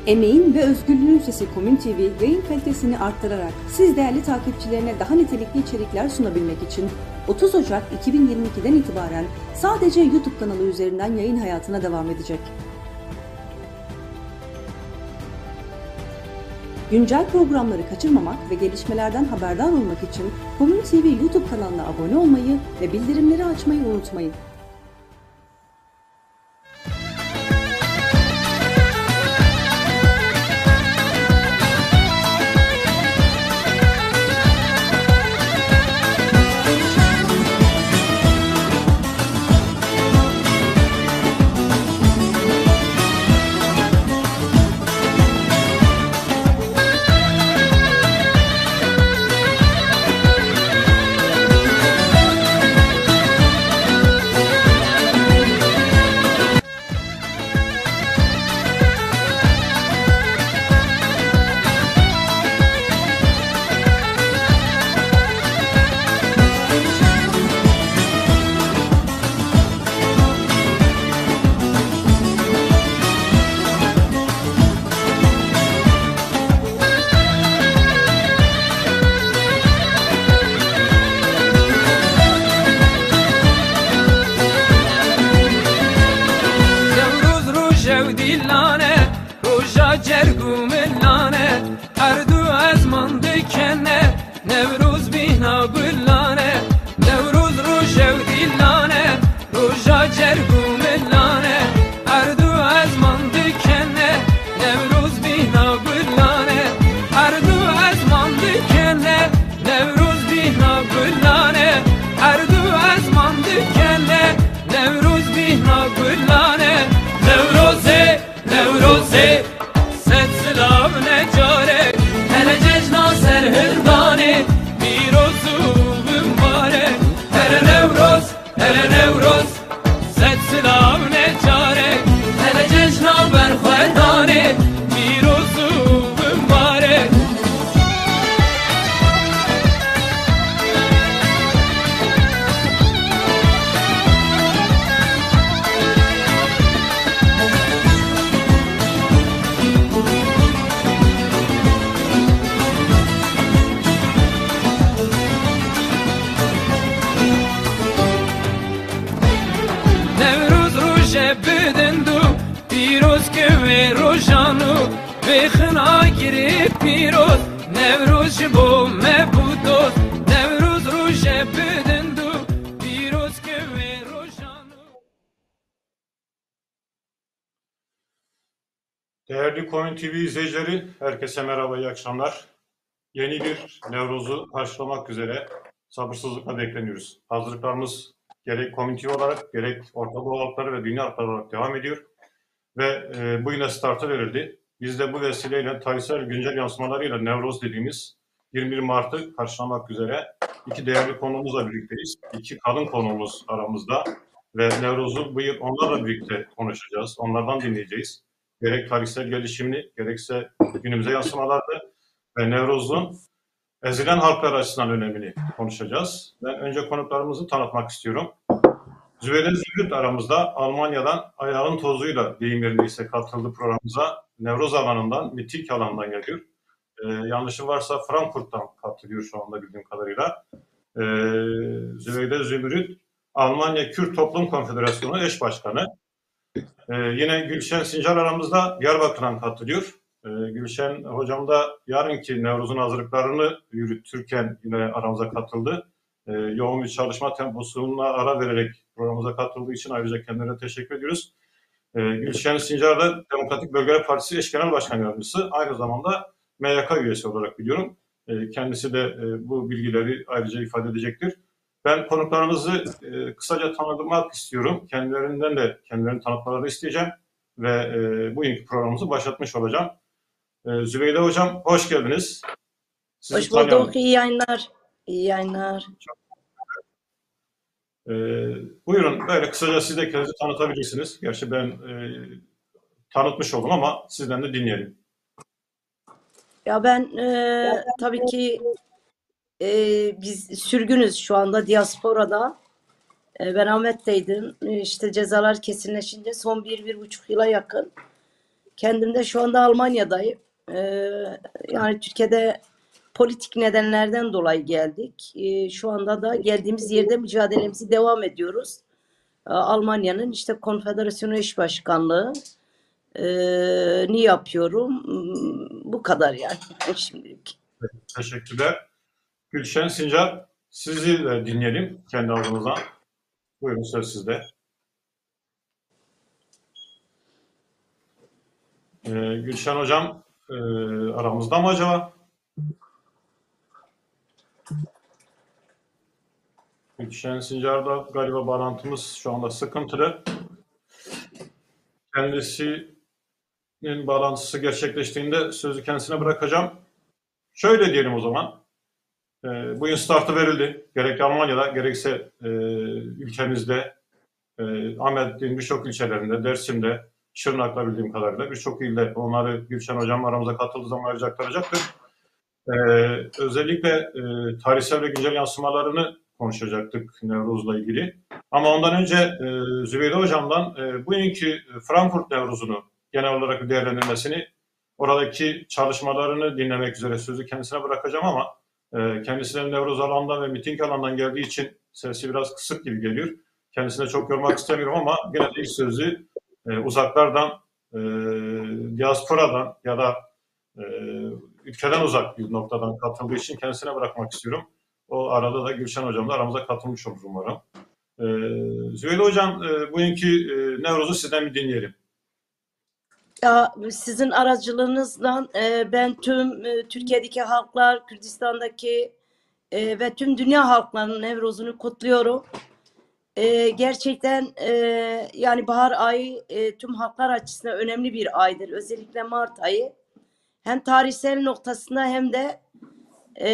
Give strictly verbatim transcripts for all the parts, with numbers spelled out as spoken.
Emeğin ve özgürlüğün sesi Komün T V yayın kalitesini arttırarak siz değerli takipçilerine daha nitelikli içerikler sunabilmek için otuz Ocak iki bin yirmi iki'den itibaren sadece YouTube kanalı üzerinden yayın hayatına devam edecek. Güncel programları kaçırmamak ve gelişmelerden haberdar olmak için Komün T V YouTube kanalına abone olmayı ve bildirimleri açmayı unutmayın. Değerli Komün T V izleyicileri, herkese merhaba, iyi akşamlar. Yeni bir Nevruz'u karşılamak üzere sabırsızlıkla bekleniyoruz. Hazırlıklarımız gerek Komün T V olarak, gerek Orta Doğu halkları ve dünya halkları olarak devam ediyor. Ve e, bugüne startı verildi. Biz de bu vesileyle tarihsel güncel yansımalarıyla Nevruz dediğimiz yirmi bir Mart'ı karşılamak üzere iki değerli konuğumuzla birlikteyiz. İki kadın konuğumuz aramızda ve Nevruz'u bu yıl onlarla birlikte konuşacağız. Onlardan dinleyeceğiz. Gerek tarihsel gelişimini, gerekse günümüze yansımalardı ve Nevruz'un ezilen halklar açısından önemini konuşacağız. Ben önce konuklarımızı tanıtmak istiyorum. Zübeyde Zümrüt aramızda Almanya'dan ayağın tozuyla deyim yerindeyse katıldı programımıza. Nevruz alanından, mitik alandan geliyor. Ee, yanlışım varsa Frankfurt'tan katılıyor şu anda bildiğim kadarıyla. Ee, Zübeyde Zümrüt, Almanya Kürt Toplum Konfederasyonu eş başkanı. Ee, yine Gülşen Sincar aramızda Diyarbakır'dan katılıyor. Ee, Gülşen hocam da yarınki Nevruz'un hazırlıklarını yürütürken yine aramıza katıldı. Ee, yoğun bir çalışma temposuna ara vererek programımıza katıldığı için ayrıca kendilerine teşekkür ediyoruz. Ee, Gülşen Sincar da Demokratik Bölgeler Partisi Eş Genel Başkan Yardımcısı. Aynı zamanda M Y K üyesi olarak biliyorum. Ee, kendisi de e, bu bilgileri ayrıca ifade edecektir. Ben konuklarımızı e, kısaca tanıtmak istiyorum. Kendilerinden de kendilerini tanıtmalarını isteyeceğim ve e, bugünkü programımızı başlatmış olacağım. E, Zübeyde Hocam hoş geldiniz. Sizi hoş bulduk. Tanıyalım. İyi yayınlar. İyi yayınlar. E, buyurun böyle kısaca siz de kendinizi tanıtabilirsiniz. Gerçi ben e, tanıtmış oldum ama sizden de dinleyelim. Ya ben e, tabii ki e, biz sürgünüz şu anda diasporada. E, ben Ahmet'teydim. E, işte cezalar kesinleşince son bir, bir buçuk yıla yakın Kendim de şu anda Almanya'dayım. Ee, yani Türkiye'de politik nedenlerden dolayı geldik. Ee, şu anda da geldiğimiz yerde mücadelemizi devam ediyoruz. Ee, Almanya'nın işte Konfederasyonu Eş Başkanlığı e, ni yapıyorum. Hmm, Bu kadar yani şimdilik. Teşekkürler. Gülşen Sincar, sizi de dinleyelim kendi adınıza. Buyurun, söz sizde. Ee, Gülşen Hocam e, aramızda mı acaba? Gülşen Sincar'da galiba bağlantımız şu anda sıkıntılı. Kendisinin bağlantısı gerçekleştiğinde sözü kendisine bırakacağım. Şöyle diyelim o zaman. E, bugün startı verildi. Gerek Almanya'da gerekse e, ülkemizde, e, Ahmet'in birçok ilçelerinde, Dersim'de, Şırnak'ta bildiğim kadarıyla birçok ilde onları Gülşen Hocam aramıza katıldığı zaman ayrıca aktaracaktır. E, özellikle e, tarihsel ve güncel yansımalarını konuşacaktık Nevruz'la ilgili. Ama ondan önce e, Zübeyde Hocam'dan e, bugünkü Frankfurt Nevruz'unu genel olarak değerlendirmesini, oradaki çalışmalarını dinlemek üzere sözü kendisine bırakacağım ama e, kendisinin Nevruz alanından ve miting alanından geldiği için sesi biraz kısık gibi geliyor. Kendisine çok yormak istemiyorum ama gene de ilk sözü e, uzaklardan, e, diasporadan ya da e, ülkeden uzak bir noktadan katıldığı için kendisine bırakmak istiyorum. O arada da Gülşen Hocam da aramıza katılmış olur umarım. E, Zübeyde Hocam, e, bugünkü e, Nevruz'u sizden bir dinleyelim. Ya sizin aracılığınızla e, ben tüm e, Türkiye'deki halklar, Kürdistan'daki e, ve tüm dünya halklarının Nevruz'unu kutluyorum. E, gerçekten e, yani bahar ayı e, tüm halklar açısından önemli bir aydır. Özellikle Mart ayı. Hem tarihsel noktasında hem de e,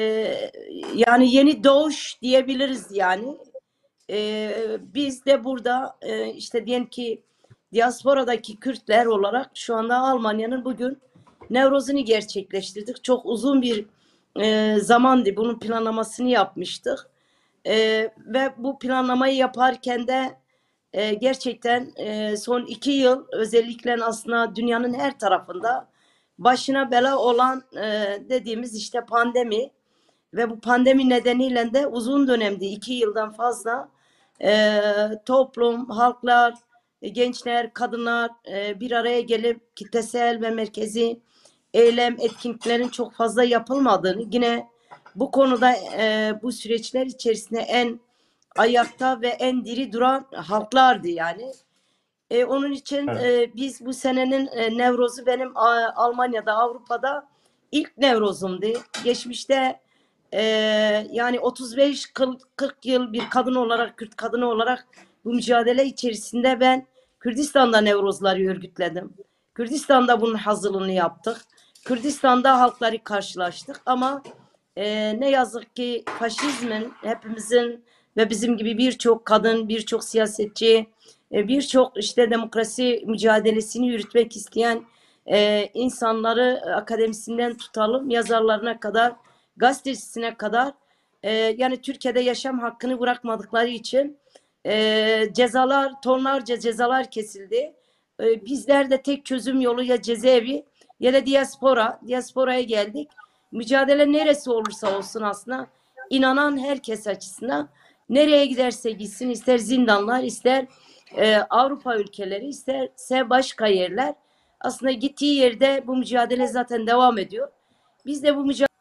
yani yeni doğuş diyebiliriz yani. E, biz de burada e, işte diyelim ki diasporadaki Kürtler olarak şu anda Almanya'nın bugün Nevruz'unu gerçekleştirdik. Çok uzun bir e, zamandı bunun planlamasını yapmıştık. E, ve bu planlamayı yaparken de e, gerçekten e, son iki yıl özellikle aslında dünyanın her tarafında başına bela olan e, dediğimiz işte pandemi ve bu pandemi nedeniyle de uzun dönemde iki yıldan fazla e, toplum, halklar, e, gençler, kadınlar e, bir araya gelip kitlesel ve merkezi eylem etkinliklerin çok fazla yapılmadığını, yine bu konuda e, bu süreçler içerisinde en ayakta ve en diri duran halklardı yani. E, onun için Evet. e, biz bu senenin e, Nevroz'u benim a, Almanya'da, Avrupa'da ilk Nevroz'umdu. Geçmişte e, yani otuz beş kırk yıl bir kadın olarak, Kürt kadını olarak bu mücadele içerisinde ben Kürdistan'da Nevroz'ları örgütledim. Kürdistan'da bunun hazırlığını yaptık. Kürdistan'da halkları karşılaştık ama e, ne yazık ki faşizmin hepimizin ve bizim gibi birçok kadın, birçok siyasetçi, birçok işte demokrasi mücadelesini yürütmek isteyen e, insanları akademisinden tutalım yazarlarına kadar, gazetecisine kadar e, yani Türkiye'de yaşam hakkını bırakmadıkları için e, cezalar, tonlarca cezalar kesildi. E, bizler de tek çözüm yolu ya cezaevi ya da diaspora. Diasporaya geldik. Mücadele neresi olursa olsun aslında inanan herkes açısından nereye giderse gitsin, ister zindanlar, ister e, Avrupa ülkeleri, isterse başka yerler, aslında gittiği yerde bu mücadele zaten devam ediyor. Biz de bu mücadele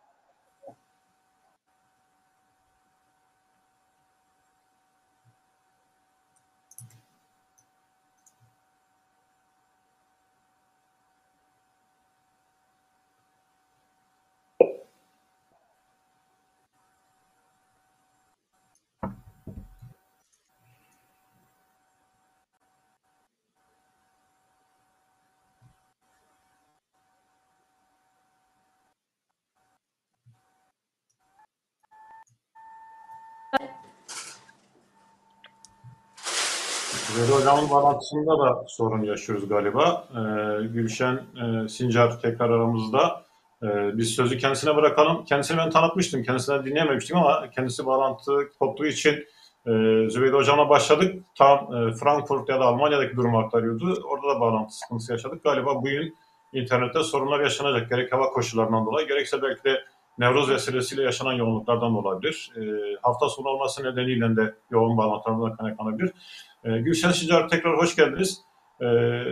Zübeyde Hocam'ın bağlantısında da sorun yaşıyoruz galiba. Ee, Gülşen e, Sincar tekrar aramızda. Ee, biz sözü kendisine bırakalım. Kendisini ben tanıtmıştım. Kendisinden dinleyememiştim ama kendisi bağlantı koptuğu için E, Zübeyde Hocam'la başladık. Tam e, Frankfurt ya da Almanya'daki durumu aktarıyordu. Orada da bağlantı sıkıntısı yaşadık. Galiba bugün internette sorunlar yaşanacak. Gerek hava koşullarından dolayı, gerekse belki de Nevruz vesilesiyle yaşanan yoğunluklardan da olabilir. E, hafta sonu olması nedeniyle de yoğun bağlantılardan kaynaklanabilir. E, Gülşen Şicar, tekrar hoş geldiniz. E,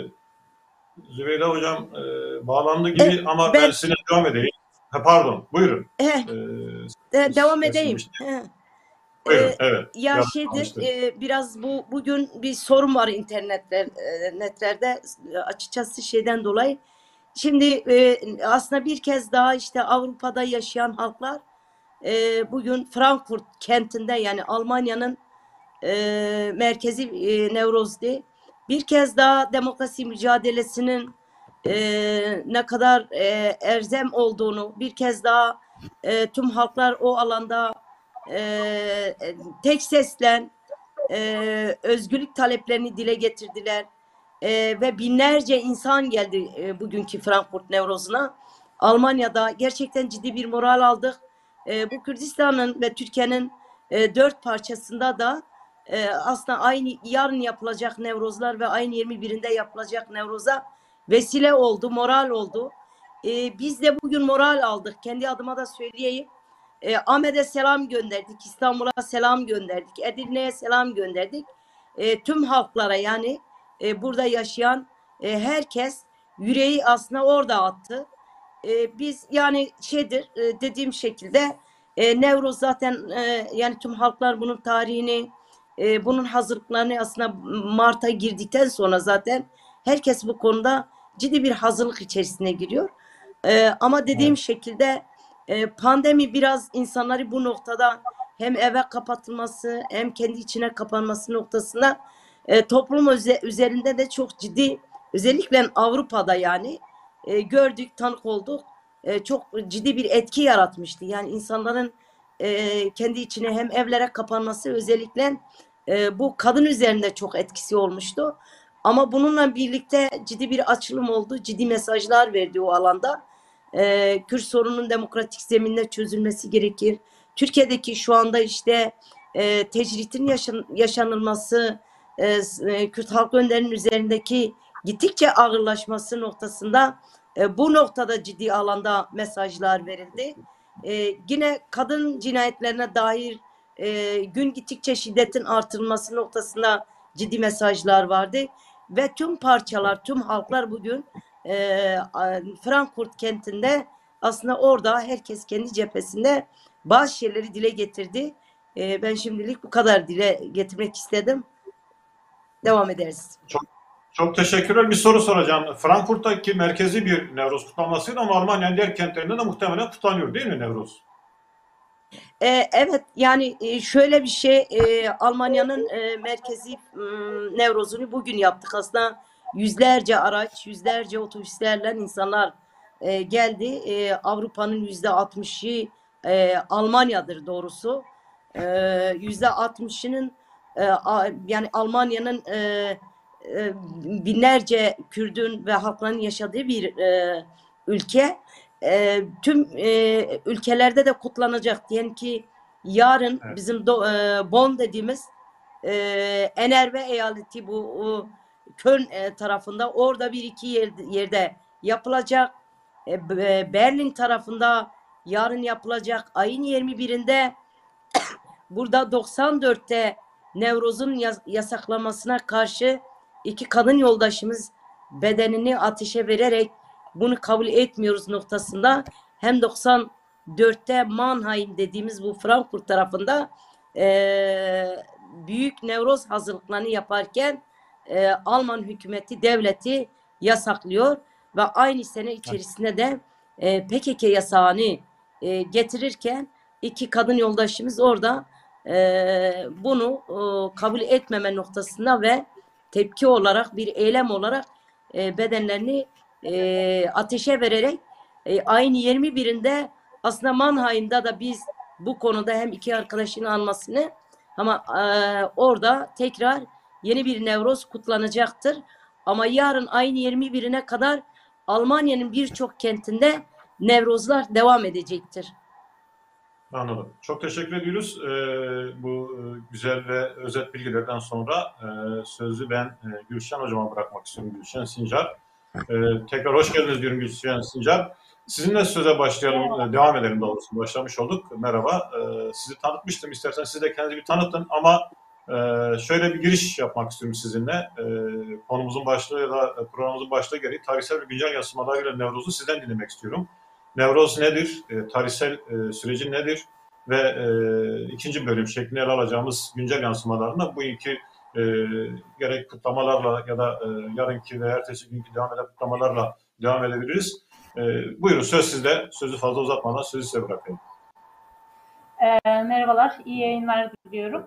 Zübeyde Hocam e, bağlandı gibi Evet, ama ben ben sizinle devam edeyim. Ha, pardon, buyurun. eh, E, de- devam ses edeyim. kesilmişti. Eh, Buyurun, eh, evet. ya Yardım şeydir, almıştım. eh, biraz bu bugün bir sorun var internetler, eh, netlerde, eh, açıkçası şeyden dolayı. Şimdi eh, aslında bir kez daha işte Avrupa'da yaşayan halklar eh, bugün Frankfurt kentinde, yani Almanya'nın e, merkezi e, Nevroz'di. Bir kez daha demokrasi mücadelesinin e, ne kadar e, erzem olduğunu, bir kez daha e, tüm halklar o alanda e, e, tek sesle e, özgürlük taleplerini dile getirdiler. E, ve binlerce insan geldi e, bugünkü Frankfurt Nevroz'una. Almanya'da gerçekten ciddi bir moral aldık. E, bu Kürdistan'ın ve Türkiye'nin e, dört parçasında da e, aslında aynı yarın yapılacak Nevrozlar ve aynı yirmi birinde yapılacak Nevroz'a vesile oldu, moral oldu. E, biz de bugün moral aldık. Kendi adıma da söyleyeyim. E, Ahmet'e selam gönderdik, İstanbul'a selam gönderdik, Edirne'ye selam gönderdik. E, tüm halklara, yani e, burada yaşayan e, herkes yüreği aslında orada attı. E, biz yani şeydir, e, dediğim şekilde e, Nevruz zaten, e, yani tüm halklar bunun tarihini, e, bunun hazırlıklarını aslında Mart'a girdikten sonra zaten herkes bu konuda ciddi bir hazırlık içerisine giriyor. E, ama dediğim Evet. şekilde e, pandemi biraz insanları bu noktada hem eve kapatılması hem kendi içine kapanması noktasında e, toplum üzerinde de çok ciddi, özellikle Avrupa'da yani e, gördük, tanık olduk. E, çok ciddi bir etki yaratmıştı. Yani insanların e, kendi içine hem evlere kapanması, özellikle e, bu kadın üzerinde çok etkisi olmuştu. Ama bununla birlikte ciddi bir açılım oldu. Ciddi mesajlar verdi o alanda. E, Kürt sorunun demokratik zeminde çözülmesi gerekir. Türkiye'deki şu anda işte e, tecritin yaşan, yaşanılması, e, e, Kürt halk önderinin üzerindeki gittikçe ağırlaşması noktasında e, bu noktada ciddi alanda mesajlar verildi. E, yine kadın cinayetlerine dair e, gün gittikçe şiddetin artırılması noktasında ciddi mesajlar vardı. Ve tüm parçalar, tüm halklar bugün e, Frankfurt kentinde aslında orada herkes kendi cephesinde bazı şeyleri dile getirdi. E, ben şimdilik bu kadar dile getirmek istedim. Devam ederiz. Çok çok teşekkürler. Bir soru soracağım. Frankfurt'taki merkezi bir Nevruz kutlamasıydı ama Almanya'nın diğer kentlerinde de muhtemelen kutlanıyor değil mi Nevruz? Ee, evet, yani e, şöyle bir şey, e, Almanya'nın e, merkezi m, Nevroz'unu bugün yaptık. Aslında yüzlerce araç, yüzlerce otobüslerle insanlar e, geldi. E, Avrupa'nın yüzde altmışı e, Almanya'dır doğrusu. E, yüzde altmışının e, a- yani Almanya'nın e, e, binlerce Kürdün ve halkların yaşadığı bir e, ülke. E, tüm e, ülkelerde de kutlanacak. Diyelim ki yarın Evet. bizim do, e, Bonn dediğimiz e, Enerve eyaleti, bu o, Köln e, tarafında, orada bir iki yer, yerde yapılacak. E, Berlin tarafında yarın yapılacak. Ayın yirmi birinde burada doksan dörtte Nevroz'un yasaklamasına karşı iki kadın yoldaşımız bedenini ateşe vererek bunu kabul etmiyoruz noktasında, hem doksan dörtte Mannheim dediğimiz bu Frankfurt tarafında e, büyük Nevroz hazırlıklarını yaparken e, Alman hükümeti, devleti yasaklıyor ve aynı sene içerisinde de e, P K K yasağını e, getirirken iki kadın yoldaşımız orada e, bunu e, kabul etmeme noktasında ve tepki olarak, bir eylem olarak e, bedenlerini e, ateşe vererek e, ayın yirmi birinde aslında Mannheim'da da biz bu konuda hem iki arkadaşın almasını, ama e, orada tekrar yeni bir Nevroz kutlanacaktır. Ama yarın ayın yirmi birine kadar Almanya'nın birçok kentinde Nevrozlar devam edecektir. Anladım. Çok teşekkür ediyoruz. Ee, bu e, güzel ve özet bilgilerden sonra e, sözü ben e, Gülşen Hocama bırakmak istiyorum. Gülşen Sincar. Ee, tekrar hoş geldiniz diyorum Gülşen Sincar. Sizinle söze başlayalım, e, devam edelim doğrusu. Başlamış olduk. Merhaba. Ee, sizi tanıtmıştım. İstersen siz de kendinizi bir tanıtın ama e, şöyle bir giriş yapmak istiyorum sizinle. E, konumuzun başlığı ya da programımızın başlığı gereği tarihsel ve güncel yansımalarıyla Nevroz'u sizden dinlemek istiyorum. Nevroz nedir? E, tarihsel e, süreci nedir? Ve e, ikinci bölüm şeklinde ele alacağımız güncel yansımalarında bu iki e, gerek kutlamalarla ya da e, yarınki ve ertesi günkü devam eden kutlamalarla devam edebiliriz. E, buyurun söz sizde. Sözü fazla uzatmadan sözü size bırakayım. E, merhabalar, iyi yayınlar diliyorum.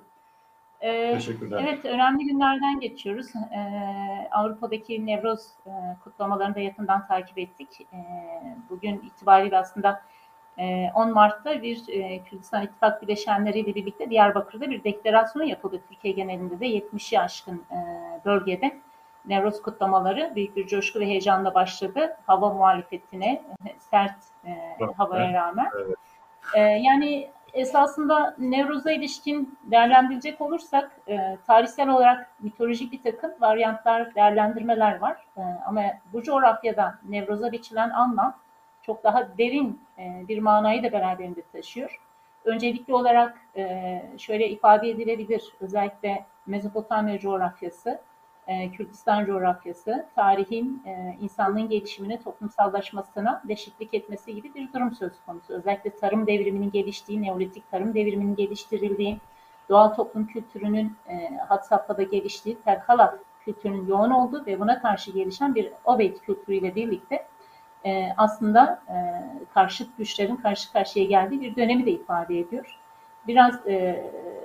E, Teşekkürler. evet, önemli günlerden geçiyoruz. E, Avrupa'daki Nevroz e, kutlamalarını da yakından takip ettik. E, bugün itibariyle aslında e, on Mart'ta bir e, Kürdistan İttifak Bileşenleri ile birlikte Diyarbakır'da bir deklarasyon yapıldı. Türkiye genelinde de yetmişi aşkın e, bölgede Nevroz kutlamaları büyük bir coşku ve heyecanla başladı. Hava muhalefetine, sert e, havaya rağmen. Evet. E, yani esasında Nevruz'a ilişkin değerlendirecek olursak e, tarihsel olarak mitolojik bir takım varyantlar, değerlendirmeler var. E, ama bu coğrafyada Nevruz'a biçilen anlam çok daha derin e, bir manayı da beraberinde taşıyor. Öncelikli olarak e, şöyle ifade edilebilir, özellikle Mezopotamya coğrafyası, e, Kürdistan coğrafyası, tarihin e, insanlığın gelişimine, toplumsallaşmasına beşiklik etmesi gibi bir durum söz konusu. Özellikle tarım devriminin geliştiği, Neolitik tarım devriminin geliştirildiği, doğal toplum kültürünün e, had safhada geliştiği, Terhalaf kültürünün yoğun olduğu ve buna karşı gelişen bir Obeid kültürüyle birlikte e, aslında e, karşıt güçlerin karşı karşıya geldiği bir dönemi de ifade ediyor. Biraz e,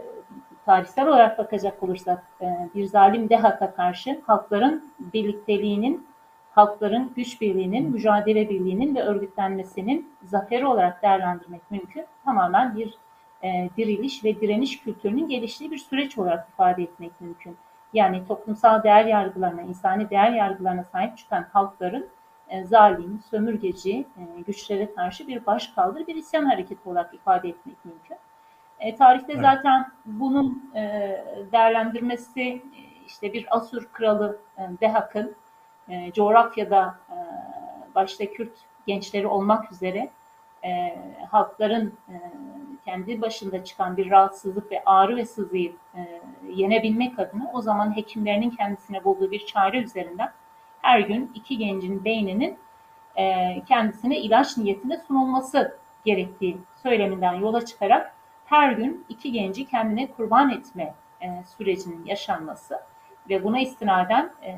tarihsel olarak bakacak olursak e, bir zalim dehaka karşı halkların birlikteliğinin, halkların güç birliğinin, mücadele birliğinin ve örgütlenmesinin zaferi olarak değerlendirmek mümkün. Tamamen bir e, diriliş ve direniş kültürünün geliştiği bir süreç olarak ifade etmek mümkün. Yani toplumsal değer yargılarına, insani değer yargılarına sahip çıkan halkların e, zalim, sömürgeci e, güçlere karşı bir başkaldırı, bir isyan hareketi olarak ifade etmek mümkün. E, tarihte Evet. zaten bunun e, değerlendirmesi e, işte bir Asur kralı e, Dehak'ın e, coğrafyada e, başta Kürt gençleri olmak üzere e, halkların e, kendi başında çıkan bir rahatsızlık ve ağrı ve sızıyı e, yenebilmek adına o zaman hekimlerinin kendisine bulduğu bir çare üzerinden her gün iki gencin beyninin e, kendisine ilaç niyetinde sunulması gerektiği söyleminden yola çıkarak her gün iki genci kendine kurban etme e, sürecinin yaşanması ve buna istinaden e,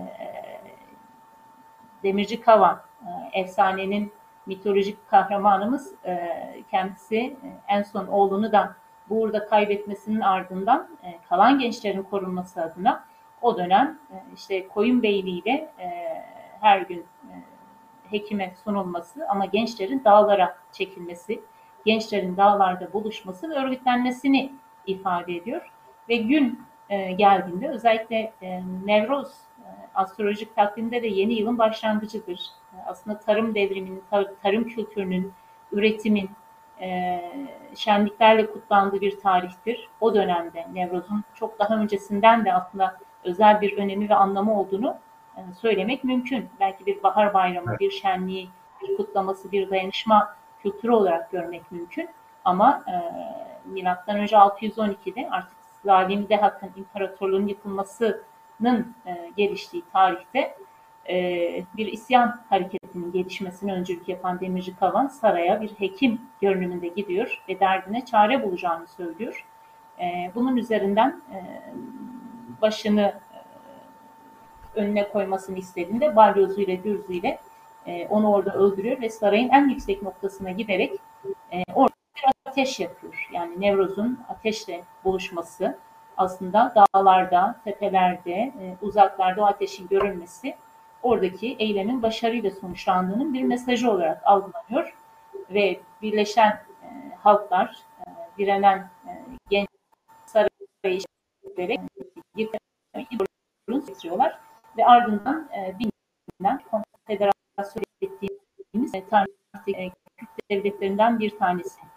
Demirci Kavan, e, efsanenin mitolojik kahramanımız e, kendisi e, en son oğlunu da bu uğurda kaybetmesinin ardından e, kalan gençlerin korunması adına o dönem e, işte Koyunbeyli ile e, her gün e, hekime sunulması ama gençlerin dağlara çekilmesi, gençlerin dağlarda buluşması ve örgütlenmesini ifade ediyor. Ve gün e, geldiğinde özellikle e, Nevroz e, astrolojik takvimde de yeni yılın başlangıcıdır. E, aslında tarım devriminin, tar tarım kültürünün, üretimin e, şenliklerle kutlandığı bir tarihtir. O dönemde Nevroz'un çok daha öncesinden de aslında özel bir önemi ve anlamı olduğunu e, söylemek mümkün. Belki bir bahar bayramı, Evet. bir şenliği, bir kutlaması, bir dayanışma kültürü olarak görmek mümkün. Ama e, milattan önce altı yüz on ikide artık zalim Dehak'ın imparatorluğun yıkılmasının e, geliştiği tarihte e, bir isyan hareketinin gelişmesine öncülük yapan Demirci Kavan saraya bir hekim görünümünde gidiyor ve derdine çare bulacağını söylüyor. E, bunun üzerinden e, başını e, önüne koymasını istediğinde balyozuyla, dürzüyle e, onu orada öldürüyor ve sarayın en yüksek noktasına giderek e, orada bir ateş yapıyor. Yani Nevroz'un ateşle buluşması aslında dağlarda, tepelerde, e, uzaklarda o ateşin görülmesi oradaki eylemin başarıyla sonuçlandığının bir mesajı olarak algılanıyor ve birleşen e, halklar, e, direnen e, genç sarayı işlerek yıkıyorlar getiriyorlar ve ardından e, bilinen konfederasyon ettiğimiz e, tarihteki e, Kürt devletlerinden bir tanesi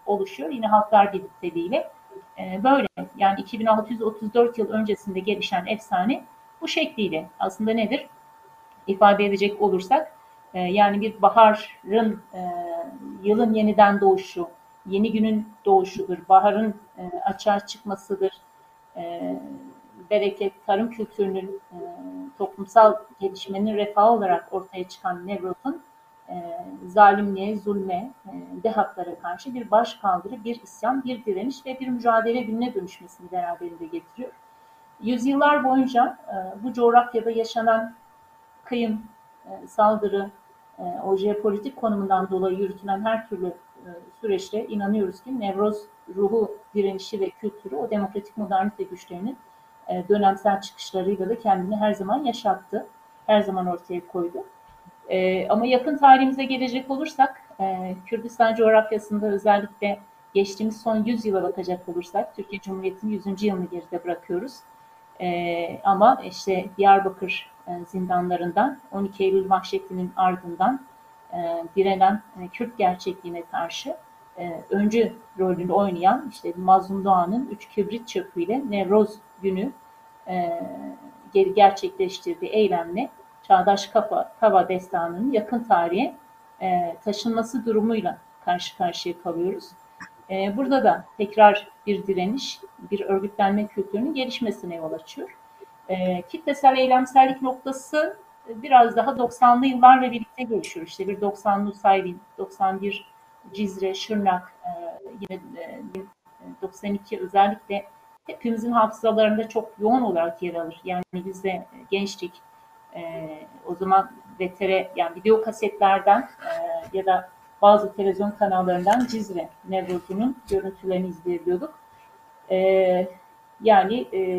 oluşuyor. Yine Halklar Birlikteliğiyle. E, böyle yani iki bin altı yüz otuz dört yıl öncesinde gelişen efsane bu şekliyle aslında nedir? İfade edecek olursak e, yani bir baharın, e, yılın yeniden doğuşu, yeni günün doğuşudur, baharın e, açığa çıkmasıdır, e, bereket, tarım kültürünün, e, toplumsal gelişmenin refahı olarak ortaya çıkan Nevruz'un e, zalimliğe, zulme, e, de haklara karşı bir başkaldırı, bir isyan, bir direniş ve bir mücadele gününe dönüşmesini beraberinde getiriyor. Yüzyıllar boyunca e, bu coğrafyada yaşanan kıyım, e, saldırı, e, o jeopolitik konumundan dolayı yürütülen her türlü e, süreçte inanıyoruz ki Nevroz ruhu, direnişi ve kültürü o demokratik modernite güçlerinin e, dönemsel çıkışlarıyla da kendini her zaman yaşattı, her zaman ortaya koydu. E, ama yakın tarihimize gelecek olursak, e, Kürdistan coğrafyasında özellikle geçtiğimiz son yüz yıla bakacak olursak, Türkiye Cumhuriyeti'nin yüzüncü yılını geride bırakıyoruz. E, ama işte Diyarbakır e, zindanlarından, on iki Eylül vahşetinin ardından e, direnen e, Kürt gerçekliğine karşı e, öncü rolünü oynayan işte Mazlum Doğan'ın üç kibrit çöpüyle Nevroz günü e, gerçekleştirdiği eylemle Çağdaş Kafa, Kava destanının yakın tarihe e, taşınması durumuyla karşı karşıya kalıyoruz. E, burada da tekrar bir direniş, bir örgütlenme kültürünün gelişmesine yol açıyor. E, kitlesel eylemsellik noktası biraz daha doksanlı yıllarla birlikte gelişiyor. İşte bir doksan Nusaybin, doksan bir Cizre, Şırnak, e, yine e, doksan iki özellikle hepimizin hafızalarında çok yoğun olarak yer alır. Yani biz de gençlik, e, o zaman V T R yani video kasetlerden e, ya da bazı televizyon kanallarından Cizre Nevruz'unun görüntülerini izleyebiliyorduk. Ee, yani e,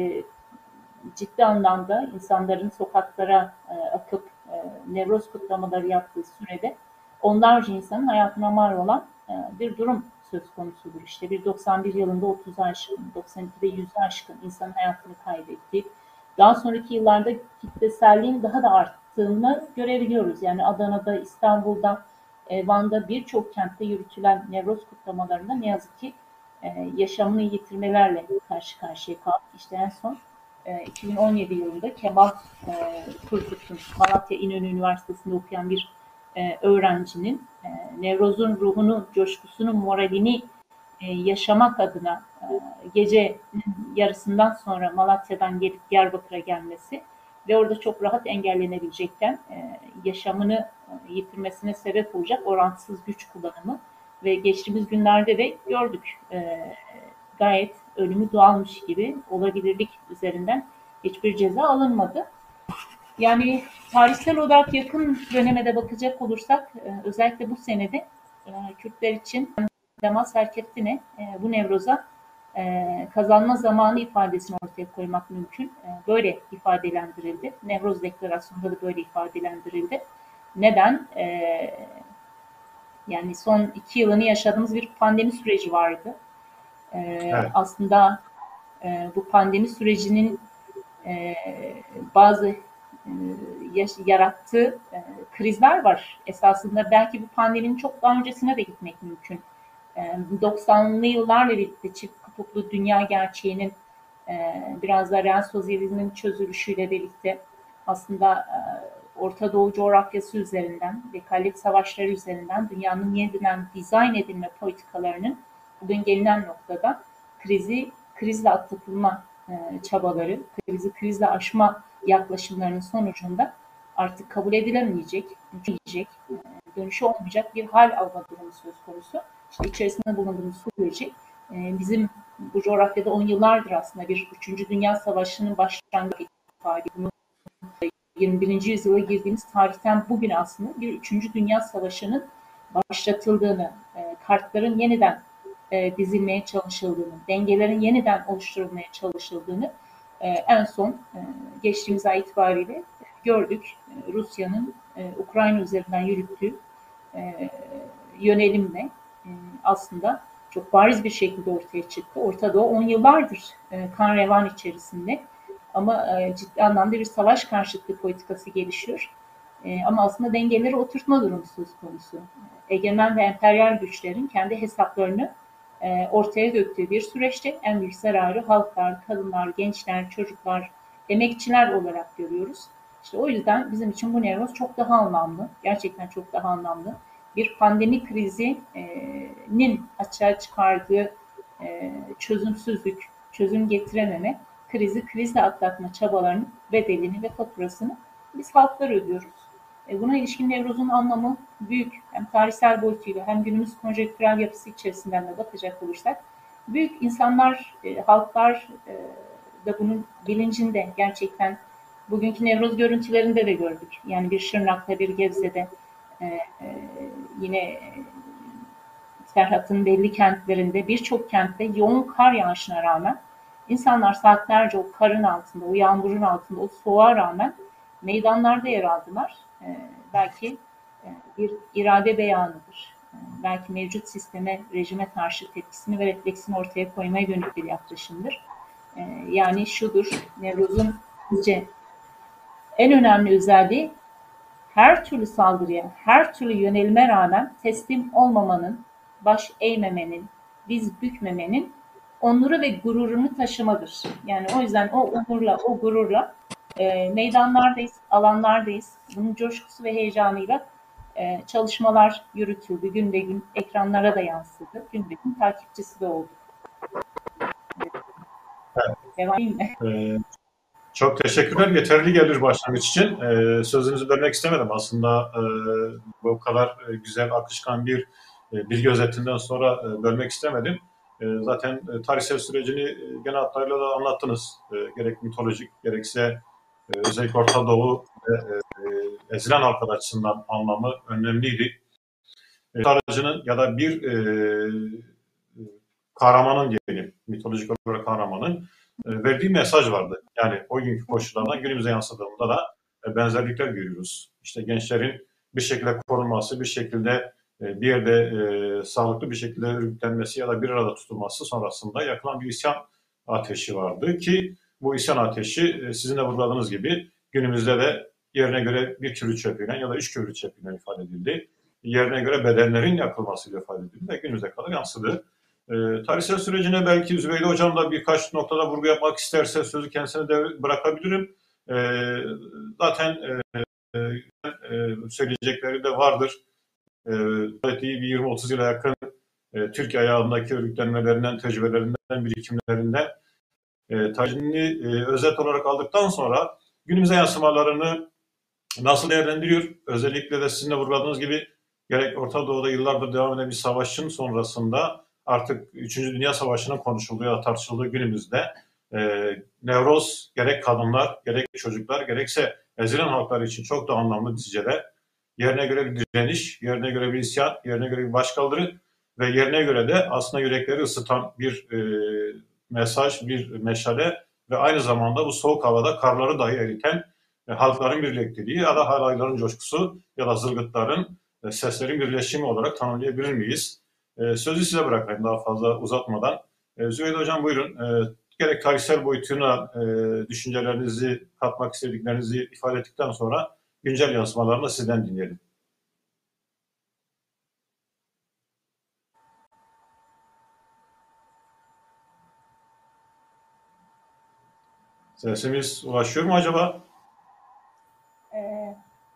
ciddi anlamda insanların sokaklara e, akıp e, Nevruz kutlamaları yaptığı sürede onlarca insanın hayatına mal olan e, bir durum söz konusudur. İşte bir doksan bir yılında otuz aşkın, doksan ikide yüz aşkın insanın hayatını kaybetti. Daha sonraki yıllarda kitleselliğin daha da arttığını görebiliyoruz. Yani Adana'da, İstanbul'da, Van'da birçok kentte yürütülen Nevruz kutlamalarında ne yazık ki e, yaşamını yitirmelerle karşı karşıya kaldık. İşte en son e, iki bin on yedi yılında Kemal e, Turgut'un Malatya İnönü Üniversitesi'nde okuyan bir e, öğrencinin e, Nevruz'un ruhunu, coşkusunu, moralini e, yaşamak adına e, gece yarısından sonra Malatya'dan gelip Diyarbakır'a gelmesi ve orada çok rahat engellenebilecekken e, yaşamını e, yitirmesine sebep olacak orantısız güç kullanımı ve geçtiğimiz günlerde de gördük e, gayet ölümü doğalmış gibi olabilirlik üzerinden hiçbir ceza alınmadı. Yani tarihsel olarak yakın döneme de bakacak olursak e, özellikle bu senede e, Kürtler için Demas Serkeftine e, bu Nevroz'a e, kazanma zamanı ifadesini ortaya koymak mümkün. E, böyle ifadelendirildi. Nevroz Deklarasyonu'nda da böyle ifadelendirildi. Neden? E, yani son iki yılını yaşadığımız bir pandemi süreci vardı. E, evet. Aslında e, bu pandemi sürecinin e, bazı e, yarattığı e, krizler var. Esasında belki bu pandeminin çok daha öncesine de gitmek mümkün. doksanlı yıllarla birlikte çift kutuplu dünya gerçeğinin e, biraz da real sosyalizmin çözülüşüyle birlikte aslında e, Orta Doğu coğrafyası üzerinden ve kallet savaşları üzerinden dünyanın yeniden dizayn edilme politikalarının bugün gelinen noktada krizi krizle atlatılma e, çabaları, krizi krizle aşma yaklaşımlarının sonucunda artık kabul edilemeyecek, dönüşecek, dönüşü olmayacak bir hal alma durumu söz konusu. İşte içerisinde bulunduğumuz süreci bizim bu coğrafyada on yıllardır aslında bir üçüncü Dünya Savaşı'nın başlangıcı ifade ediyor. yirmi birinci yüzyıla girdiğimiz tarihten bugün aslında bir üçüncü Dünya Savaşı'nın başlatıldığını, kartların yeniden dizilmeye çalışıldığını, dengelerin yeniden oluşturulmaya çalışıldığını en son geçtiğimiz ay itibariyle gördük. Rusya'nın Ukrayna üzerinden yürüttüğü yönelimle aslında çok bariz bir şekilde ortaya çıktı. Orta Doğu on yıllardır kan revan içerisinde ama ciddi anlamda bir savaş karşıtlığı politikası gelişiyor. Ama aslında dengeleri oturtma durumu söz konusu. Egemen ve emperyal güçlerin kendi hesaplarını e, ortaya döktüğü bir süreçte en büyük zararı halklar, kadınlar, gençler, çocuklar, emekçiler olarak görüyoruz. İşte o yüzden bizim için bu Nevroz çok daha anlamlı, gerçekten çok daha anlamlı. Bir pandemi krizinin açığa çıkardığı e, çözümsüzlük, çözüm getirememe, krizi krizle atlatma çabalarının bedelini ve faturasını biz halklar ödüyoruz. E, buna ilişkin Nevroz'un anlamı büyük. Hem tarihsel boyutuyla hem günümüz konjektürel yapısı içerisinden de bakacak olursak büyük insanlar, e, halklar e, da bunun bilincinde gerçekten bugünkü Nevroz görüntülerinde de gördük. Yani bir Şırnak'ta, bir Gebze'de, e, e, yine Serhat'ın belli kentlerinde, birçok kentte yoğun kar yağışına rağmen insanlar saatlerce o karın altında, o yağmurun altında, o soğuğa rağmen meydanlarda yer aldılar. Ee, belki e, bir irade beyanıdır. Ee, belki mevcut sisteme, rejime karşı tepkisini ve refleksini ortaya koymaya dönük bir yaklaşımdır. Ee, yani şudur, Nevroz'un bizce en önemli özelliği her türlü saldırıya, her türlü yönelime rağmen teslim olmamanın, baş eğmemenin, diz bükmemenin onuru ve gururunu taşımadır. Yani o yüzden o onurla, o gururla e, meydanlardayız, alanlardayız. Bunun coşkusu ve heyecanıyla e, çalışmalar yürütüldü. Gün be gün ekranlara da yansıdı. Gün be gün takipçisi de olduk. Evet. Devam edeyim mi? Ee, çok teşekkürler. Yeterli gelir başlangıç için. Ee, sözünüzü bölmek istemedim. Aslında e, bu kadar e, güzel, akışkan bir e, bilgi özetinden sonra e, bölmek istemedim. E, zaten e, tarihsel sürecini e, genel hatlarıyla da anlattınız. E, gerek mitolojik, gerekse e, özellikle Orta Doğu ve e, e, ezilen halklar açısından anlamı önemliydi. E, aracının ya da bir e, kahramanın diyelim, mitolojik olarak kahramanın e, verdiği mesaj vardı. Yani o günkü koşullardan günümüze yansıdığında da e, benzerlikler görüyoruz. İşte gençlerin bir şekilde korunması, bir şekilde e, bir yerde e, sağlıklı bir şekilde örgütlenmesi ya da bir arada tutulması sonrasında yakılan bir isyan ateşi vardı ki bu isyan ateşi e, sizin de vurguladığınız gibi günümüzde de yerine göre bir kürü çöpüyle ya da üç kürü çöpüyle ifade edildi. Yerine göre bedenlerin yakılmasıyla ifade edildi ve günümüze kadar yansıdı. E, tarihsel sürecine belki Zübeyde Hocam da birkaç noktada vurgu yapmak isterse sözü kendisine de bırakabilirim. E, zaten e, e, söyleyecekleri de vardır. E, gayet iyi bir yirmi otuz yıla yakın e, Türkiye ayağındaki örgütlenmelerinden, tecrübelerinden, birikimlerinden e, tarihini e, özet olarak aldıktan sonra günümüze yansımalarını nasıl değerlendiriyor? Özellikle de sizin de vurguladığınız gibi gerek Orta Doğu'da yıllardır devam eden bir savaşın sonrasında artık üçüncü Dünya Savaşı'nın konuşulduğu ya da tartışıldığı günümüzde e, Nevroz gerek kadınlar, gerek çocuklar, gerekse ezilen halklar için çok da anlamlı neticeler. Yerine göre bir direniş, yerine göre bir isyan, yerine göre bir başkaldırı ve yerine göre de aslında yürekleri ısıtan bir e, mesaj, bir meşale ve aynı zamanda bu soğuk havada karları dahi eriten e, halkların birlikteliği ya da halayların coşkusu ya da zılgıtların, e, seslerin birleşimi olarak tanımlayabilir miyiz? E, sözü size bırakayım daha fazla uzatmadan. E, Zübeyde Hocam buyurun. E, gerek tarihsel boyutuna e, düşüncelerinizi, katmak istediklerinizi ifade ettikten sonra güncel yansımalarını da sizden dinleyelim. Sesimiz ulaşıyor mu acaba? Ee,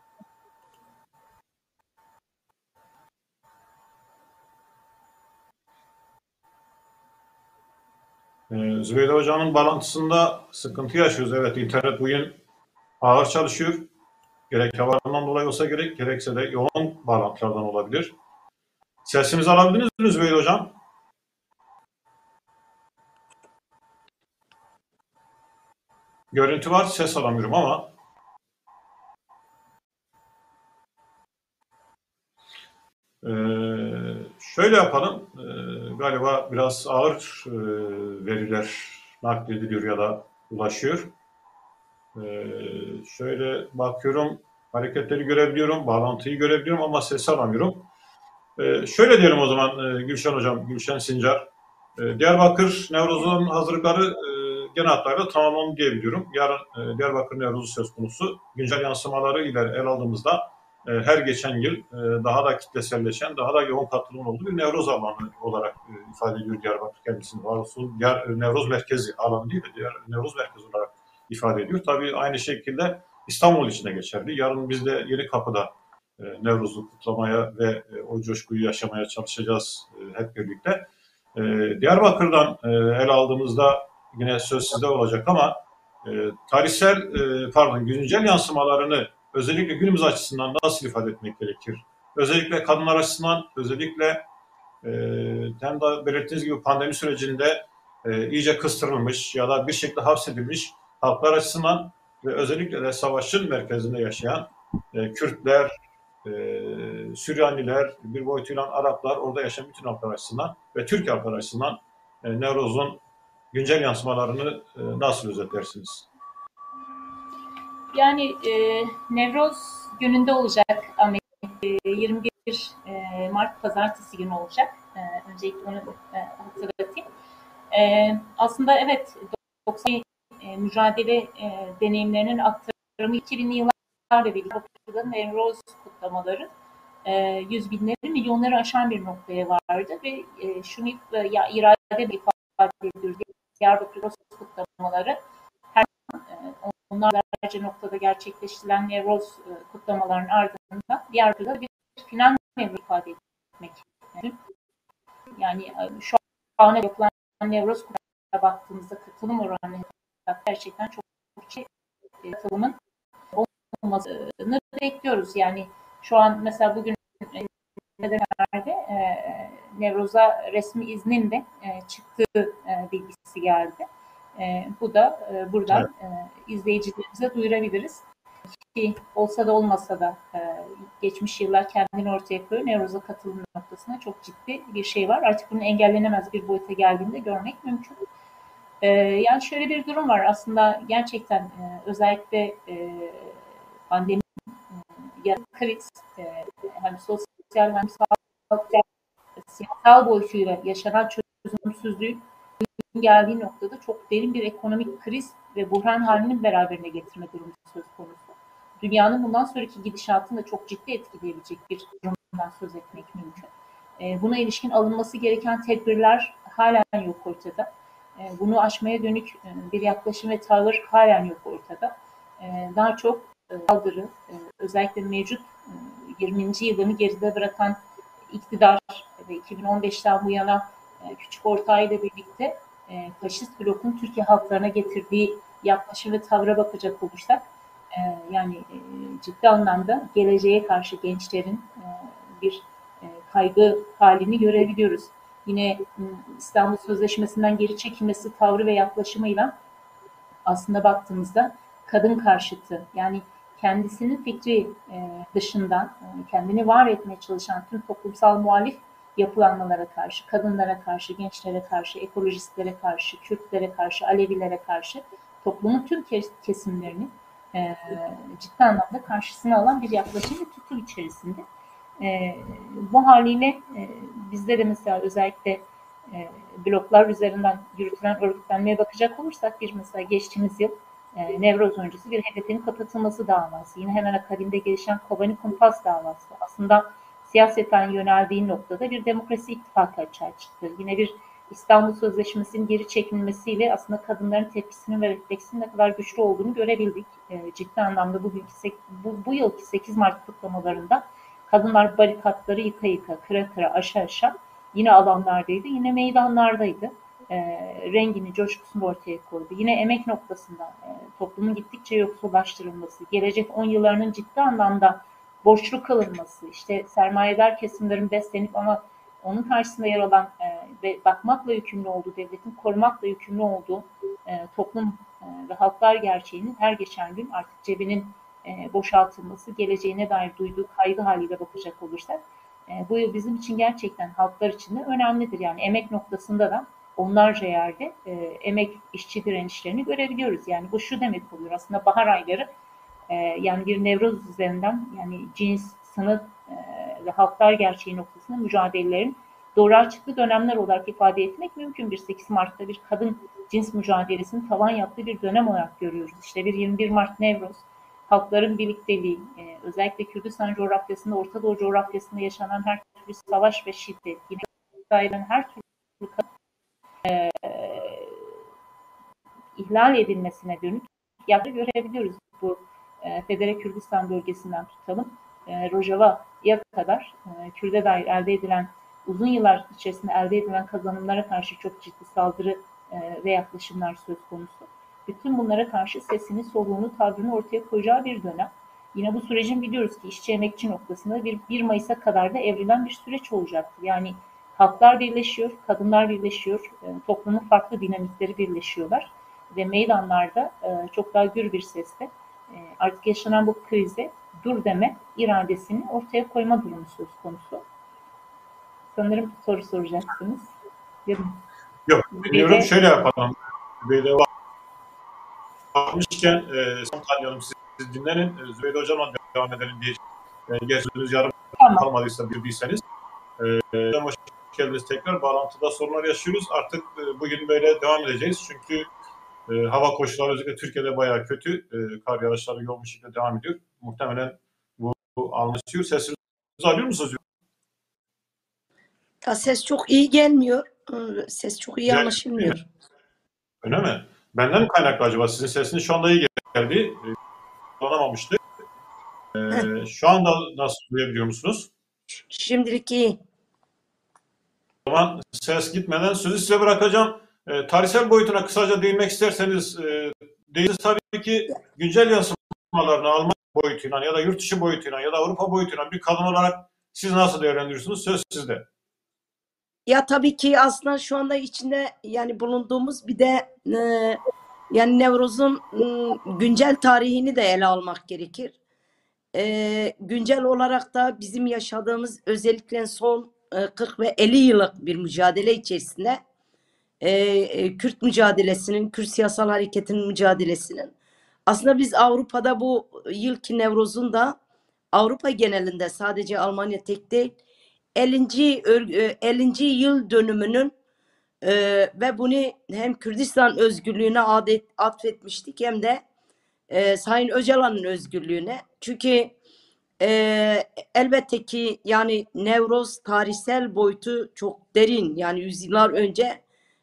Ee, Zübeyde Hocam'ın bağlantısında sıkıntı yaşıyoruz. Evet, internet bugün ağır çalışıyor. Gerek havalarından dolayı olsa gerek, gerekse de yoğun bağlantılardan olabilir. Sesimizi alabildiniz mi Zübeyde Hocam? Görüntü var, ses alamıyorum ama. Ee, şöyle yapalım. Ee, galiba biraz ağır e, veriler naklediliyor ya da ulaşıyor. Ee, şöyle bakıyorum, hareketleri görebiliyorum, bağlantıyı görebiliyorum ama sesi alamıyorum. Ee, şöyle diyelim o zaman e, Gülşen Hocam, Gülşen Sincar. E, Diyarbakır Nevroz'un hazırlıkları e, genel hatlarıyla tamamlandı diyebiliyorum. Yarın e, Diyarbakır Nevrozu söz konusu. Güncel yansımaları ile el aldığımızda e, her geçen yıl e, daha da kitleselleşen, daha da yoğun katılım olduğu bir Nevroz alanı olarak e, ifade ediyor Diyarbakır kendisini. Var olsun, diğer Nevroz merkezi alanı değil de diğer Nevroz merkezi olarak ifade ediyor. Tabii aynı şekilde İstanbul için de geçerli. Yarın biz de Yenikapı'da e, Nevruz'u kutlamaya ve e, o coşkuyu yaşamaya çalışacağız e, hep birlikte. E, Diyarbakır'dan e, el aldığımızda yine söz sizde olacak ama e, tarihsel, e, pardon güncel yansımalarını özellikle günümüz açısından nasıl ifade etmek gerekir? Özellikle kadınlar açısından, özellikle e, hem de belirttiğiniz gibi pandemi sürecinde e, iyice kıstırılmış ya da bir şekilde hapsedilmiş halklar açısından ve özellikle de savaşın merkezinde yaşayan e, Kürtler, e, Süryaniler, bir boyutuyla Araplar, orada yaşayan bütün halklar açısından ve Türk halklar açısından e, Nevruz'un güncel yansımalarını e, nasıl özetlersiniz? Yani e, Nevroz gününde olacak Ahmet. E, yirmi bir e, Mart Pazartesi günü olacak. E, öncelikle onu e, hatırlatayım. E, aslında evet doksan e, mücadele e, deneyimlerinin aktarımı iki binli yıllarla birlikte Nevroz kutlamaları e, yüz binleri, milyonları aşan bir noktaya vardı ve e, şunu e, ya irade bir ifade ediyoruz. Diyarbakır kutlamaları her e, onlarca noktada gerçekleştirilen Nevroz e, kutlamaların ardından Diyarbakır'da bir final Nevroz ifade etmek. Yani e, şu ana yapılan Nevroz kutlamalarına baktığımızda katılım oranı gerçekten çok yüksek katılımın olmasını bekliyoruz. Yani şu an mesela bugün Nedenlerde e, Nevroz'a resmi iznin de e, çıktığı e, bilgisi geldi. E, bu da e, buradan e, izleyicilerimize duyurabiliriz. Ki olsa da olmasa da e, geçmiş yıllar kendini ortaya koyuyor. Nevroz'a katılım noktasında çok ciddi bir şey var. Artık bunun engellenemez bir boyuta geldiğinde görmek mümkün. E, yani şöyle bir durum var. Aslında gerçekten e, özellikle e, pandemi e, kriz e, hem sosyal hem sağlık siyasal boyutuyla yaşanan çözümsüzlüğün geldiği noktada çok derin bir ekonomik kriz ve buhran halinin beraberine getirme durumu söz konusu. Dünyanın bundan sonraki gidişatını da çok ciddi etkileyebilecek bir durumdan söz etmek mümkün. E, buna ilişkin alınması gereken tedbirler halen yok ortada. E, bunu aşmaya dönük e, bir yaklaşım ve tavır halen yok ortada. E, daha çok e, saldırı, e, özellikle mevcut e, yirminci yılını geride bırakan iktidar ve iki bin on beşten bu yana e, küçük ortağıyla birlikte e, faşist blokun Türkiye halklarına getirdiği yaklaşım ve tavra bakacak olursak e, yani e, ciddi anlamda geleceğe karşı gençlerin e, bir e, kaygı halini görebiliyoruz. Yine e, İstanbul Sözleşmesi'nden geri çekilmesi tavrı ve yaklaşımıyla aslında baktığımızda kadın karşıtı yani kendisinin fikri e, dışından e, kendini var etmeye çalışan tüm toplumsal muhalif yapılanmalara karşı, kadınlara karşı, gençlere karşı, ekolojistlere karşı, Kürtlere karşı, Alevilere karşı toplumun tüm kesimlerini e, ciddi anlamda karşısına alan bir yaklaşım ve tutum içerisinde. E, bu haliyle e, bizde de mesela özellikle e, bloklar üzerinden yürütülen örgütlenmeye bakacak olursak bir mesela geçtiğimiz yıl e, Nevroz öncesi bir H D P'nin kapatılması davası, yine hemen akabinde gelişen Kobani Kumpas davası aslında siyaseten yöneldiği noktada bir demokrasi ittifakı açığa çıktı. Yine bir İstanbul Sözleşmesi'nin geri çekilmesiyle aslında kadınların tepkisinin ve refleksinin ne kadar güçlü olduğunu görebildik. E, ciddi anlamda bugünkü bu, bu yılki sekiz Mart kutlamalarında kadınlar barikatları yıka yıka, kıra kıra, aşa aşa yine alanlardaydı, yine meydanlardaydı. E, rengini, coşkusunu ortaya koydu. Yine emek noktasında e, toplumun gittikçe yoksullaştırılması, gelecek on yıllarının ciddi anlamda borçlu kalınması, işte sermayedar kesimlerin beslenip ama onun karşısında yer alan e, ve bakmakla yükümlü olduğu, devletin korumakla yükümlü olduğu e, toplum e, ve halklar gerçeğinin her geçen gün artık cebinin e, boşaltılması, geleceğine dair duyduğu kaygı haliyle bakacak olursak, e, bu yıl bizim için gerçekten halklar için de önemlidir. Yani emek noktasında da onlarca yerde e, emek işçi direnişlerini görebiliyoruz. Yani bu şu demek oluyor aslında bahar ayları e, yani bir Nevroz üzerinden yani cins, sınıf e, ve halklar gerçeği noktasında mücadelelerin doğru çıktığı dönemler olarak ifade etmek mümkün. Bir sekiz Mart'ta bir kadın cins mücadelesinin tavan yaptığı bir dönem olarak görüyoruz. İşte bir yirmi bir Mart Nevroz halkların birlikteliği, e, özellikle Kürdistan coğrafyasında, Orta Doğu coğrafyasında yaşanan her türlü savaş ve şiddet, yine İsrail'in her türlü e, ihlal edilmesine dönük yaklaşık görebiliyoruz. Bu e, Federe Kürdistan bölgesinden tutalım, e, Rojava'ya kadar e, Kürt'e dair elde edilen, uzun yıllar içerisinde elde edilen kazanımlara karşı çok ciddi saldırı e, ve yaklaşımlar söz konusu. Bütün bunlara karşı sesini, soluğunu, tavrını ortaya koyacağı bir dönem. Yine bu sürecin biliyoruz ki işçi emekçi noktasında bir 1 Mayıs'a kadar da evrilen bir süreç olacaktır. Yani halklar birleşiyor, kadınlar birleşiyor, e, toplumun farklı dinamikleri birleşiyorlar ve meydanlarda e, çok daha gür bir sesle e, artık yaşanan bu krize dur deme iradesini ortaya koyma durumu söz konusu. Sanırım soru soracaksınız. Yok, biliyorum. De... Şöyle yapalım. Zübeyde varmışken e, son tanıyalım, siz, siz dinlenin. E, Zübeyde Hocam'la devam edelim diye. E, geçtiğiniz yarım tamam. kalmadıysa bildiyseniz. E, hoş geldiniz tekrar. Bağlantıda sorunlar yaşıyoruz. Artık e, bugün böyle devam edeceğiz. Çünkü e, hava koşulları özellikle Türkiye'de bayağı kötü. E, kar yağışları yoğun bir şekilde devam ediyor. Muhtemelen bu, bu anlaşılıyor. Sesinizi alıyor musunuz? Ya ses çok iyi gelmiyor. Ses çok iyi anlaşılmıyor. Öyle mi? Benden mi kaynaklı acaba? Sizin sesiniz şu anda iyi geldi. Kullanamamıştık. Ee, şu anda nasıl duyabiliyor musunuz? Şimdilik iyi. O zaman ses gitmeden sözü size bırakacağım. E, tarihsel boyutuna kısaca değinmek isterseniz, e, değiniz tabii ki güncel yansımalarını Alman boyutuyla ya da yurt dışı boyutuyla ya da Avrupa boyutuyla bir kadın olarak siz nasıl değerlendiriyorsunuz? Söz sizde. Ya tabii ki aslında şu anda içinde yani bulunduğumuz bir de e, yani Nevruz'un e, güncel tarihini de ele almak gerekir. E, güncel olarak da bizim yaşadığımız özellikle son e, kırk ve elli yıllık bir mücadele içerisinde e, e, Kürt mücadelesinin, Kürt siyasal hareketinin mücadelesinin aslında biz Avrupa'da bu yılki Nevruz'un da Avrupa genelinde sadece Almanya tek değil ellinci ellinci yıl dönümünün e, ve bunu hem Kürdistan özgürlüğüne adet atfetmiştik hem de e, Sayın Öcalan'ın özgürlüğüne. Çünkü e, elbette ki yani Nevruz tarihsel boyutu çok derin. Yani yüzyıllar önce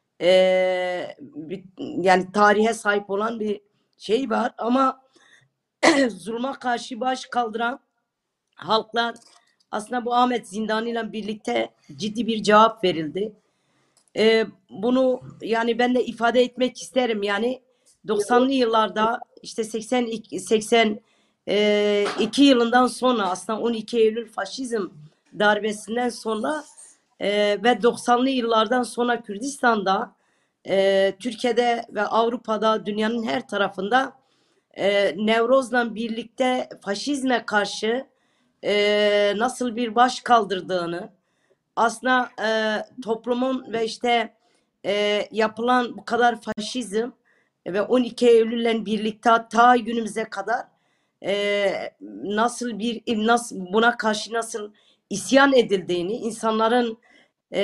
e, bir, yani tarihe sahip olan bir şey var ama zulma karşı baş kaldıran halklar aslında bu Ahmet Zindani ile birlikte ciddi bir cevap verildi. Ee, bunu yani ben de ifade etmek isterim. Yani doksanlı yıllarda işte seksen iki, seksen iki yılından sonra aslında on iki Eylül faşizm darbesinden sonra e, ve doksanlı yıllardan sonra Kürdistan'da, e, Türkiye'de ve Avrupa'da, dünyanın her tarafında e, Nevroz'la birlikte faşizme karşı e, nasıl bir baş kaldırdığını, aslında e, toplumun ve işte e, yapılan bu kadar faşizm ve on iki Eylül'le birlikte ta günümüze kadar e, nasıl bir nasıl buna karşı nasıl isyan edildiğini, insanların e,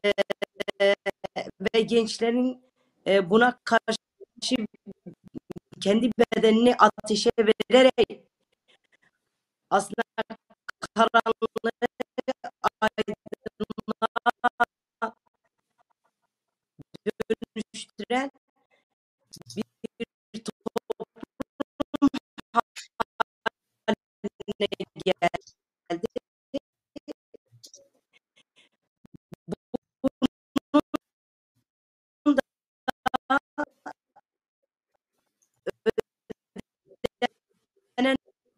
ve gençlerin e, buna karşı kendi bedenini ateşe vererek aslında karanlığı aydınlığa dönüştüren bir toplum haline geldi. Bunun da ödenen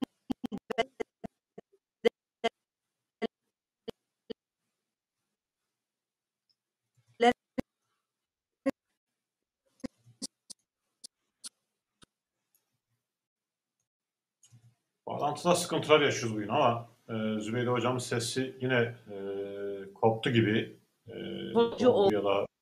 Bağlantıda sıkıntılar yaşıyoruz bugün ama e, Zübeyde Hocam'ın sesi yine e, koptu gibi e, koptu ya da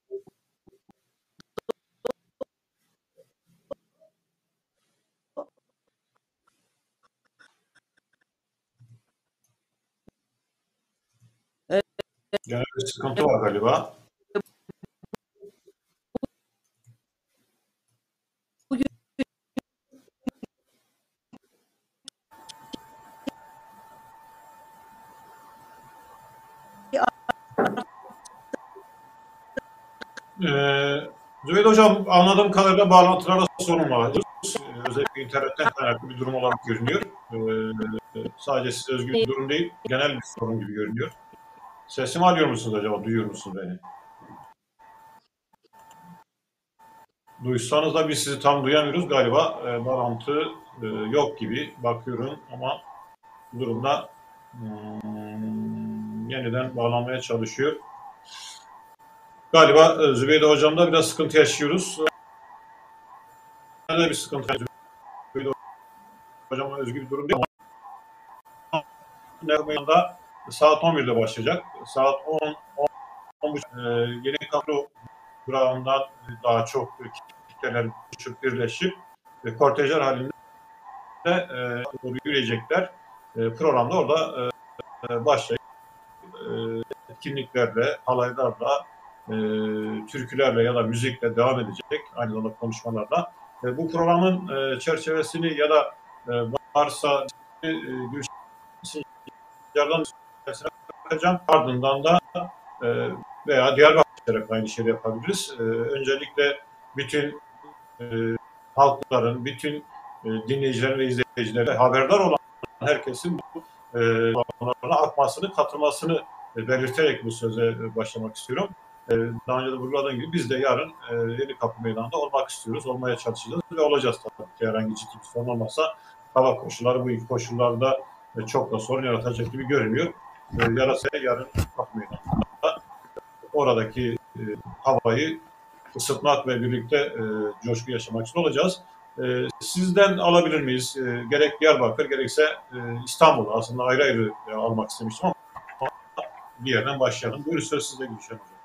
genel bir sıkıntı var galiba. Ee, Zübeyde Hocam, anladığım kadarıyla bağlantılarda sorun var. Ee, özellikle internetten kaynaklı bir durum olarak görünüyor. Ee, sadece size özgü bir durum değil, genel bir sorun gibi görünüyor. Sesimi alıyor musunuz acaba? Duyuyor musunuz beni? Duysanız da biz sizi tam duyamıyoruz galiba. E, bağlantı e, yok gibi bakıyorum ama bu durumda hmm, yeniden bağlanmaya çalışıyor. Galiba e, Zübeyde Hocam'da biraz sıkıntı yaşıyoruz. Nerede bir sıkıntı yaşıyoruz? Zübeyde Hocam'a özgü bir durum değil ama Nerman'da saat on birde başlayacak. Saat on, on, on e, yeni kadro durağından daha çok kitleler birleşip e, kortejler halinde e, doğru yürüyecekler. E, programda orada e, başlayıp e, etkinliklerle, halaylarla, e, türkülerle ya da müzikle devam edecek. Aynı zamanda konuşmalarla. E, bu programın e, çerçevesini ya da e, varsa e, Gülşen'den bakacağım. Ardından da e, veya Diyarbakır'da aynı şeyi yapabiliriz. E, öncelikle bütün e, halkların, bütün e, dinleyicilerin ve izleyicilerin haberdar olan herkesin bu e, konularına akmasını, katılmasını e, belirterek bu söze başlamak istiyorum. E, daha önce de vurguladığım gibi biz de yarın e, Yenikapı Meydanı'nda olmak istiyoruz, olmaya çalışacağız ve olacağız tabii ki. Herhangi ciddi bir sorun olmazsa hava koşulları bu ilk koşullarda e, çok da sorun yaratacak gibi görünüyor. E, yarasa yarın Kapı Meydanı'nda oradaki e, havayı ısıtmak ve birlikte e, coşku yaşamak için olacağız. E, sizden alabilir miyiz? E, gerek Diyarbakır gerekse e, İstanbul, aslında ayrı ayrı e, almak istemiştim ama bir yerden başlayalım. Buyurun, söz sizde Gülşen Hocam.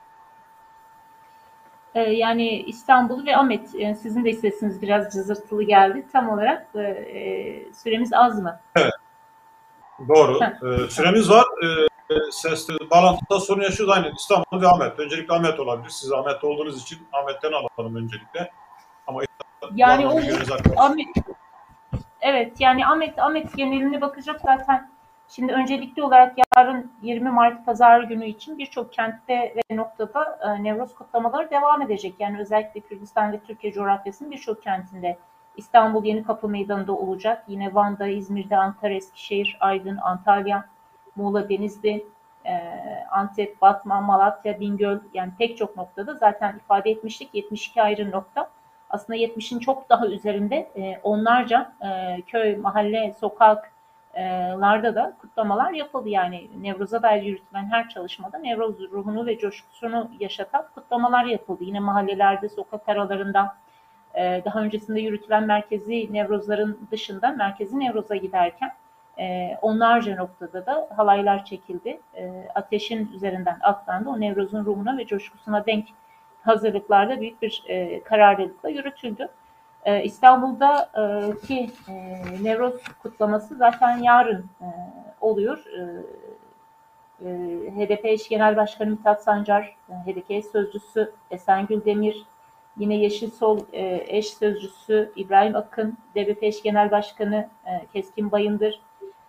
Ee, yani İstanbul ve Ahmet, yani sizin de sesiniz biraz cızırtılı geldi. Tam olarak e, e, süremiz az mı? Evet, doğru. E, süremiz var. E, sesli bağlantıda sorun yaşıyoruz. Aynı İstanbul ve Ahmet. Öncelikle Ahmet olabilir. Siz Ahmet'te olduğunuz için Ahmet'ten alalım öncelikle. Ama yani o Ahmet, evet, yani Ahmet Ahmet geneline bakacak zaten. Şimdi öncelikli olarak yarın yirmi Mart Pazar günü için birçok kentte ve noktada e, Nevroz kutlamaları devam edecek. Yani özellikle Kürdistan ve Türkiye coğrafyasının birçok kentinde. İstanbul Yenikapı Meydanı'nda olacak. Yine Van'da, İzmir'de, Ankara, Eskişehir, Aydın, Antalya, Muğla, Denizli, e, Antep, Batman, Malatya, Bingöl, yani pek çok noktada zaten ifade etmiştik. yetmiş iki ayrı nokta. Aslında yetmişin çok daha üzerinde e, onlarca e, köy, mahalle, sokaklarda da kutlamalar yapıldı. Yani Nevruz'a dair yürütülen her çalışmada Nevruz ruhunu ve coşkusunu yaşatan kutlamalar yapıldı. Yine mahallelerde, sokak aralarında, e, daha öncesinde yürütülen merkezi Nevruzların dışında merkezi Nevruz'a giderken e, onlarca noktada da halaylar çekildi. E, ateşin üzerinden atlandı. O Nevruz'un ruhuna ve coşkusuna denk hazırlıklarda büyük bir e, kararlılıkla yürütüldü. E, İstanbul'daki e, Nevroz kutlaması zaten yarın e, oluyor. E, e, H D P eş genel başkanı Mithat Sancar, e, H D P eş sözcüsü Esengül Demir, yine Yeşil Sol e, eş sözcüsü İbrahim Akın, D B P eş genel başkanı e, Keskin Bayındır,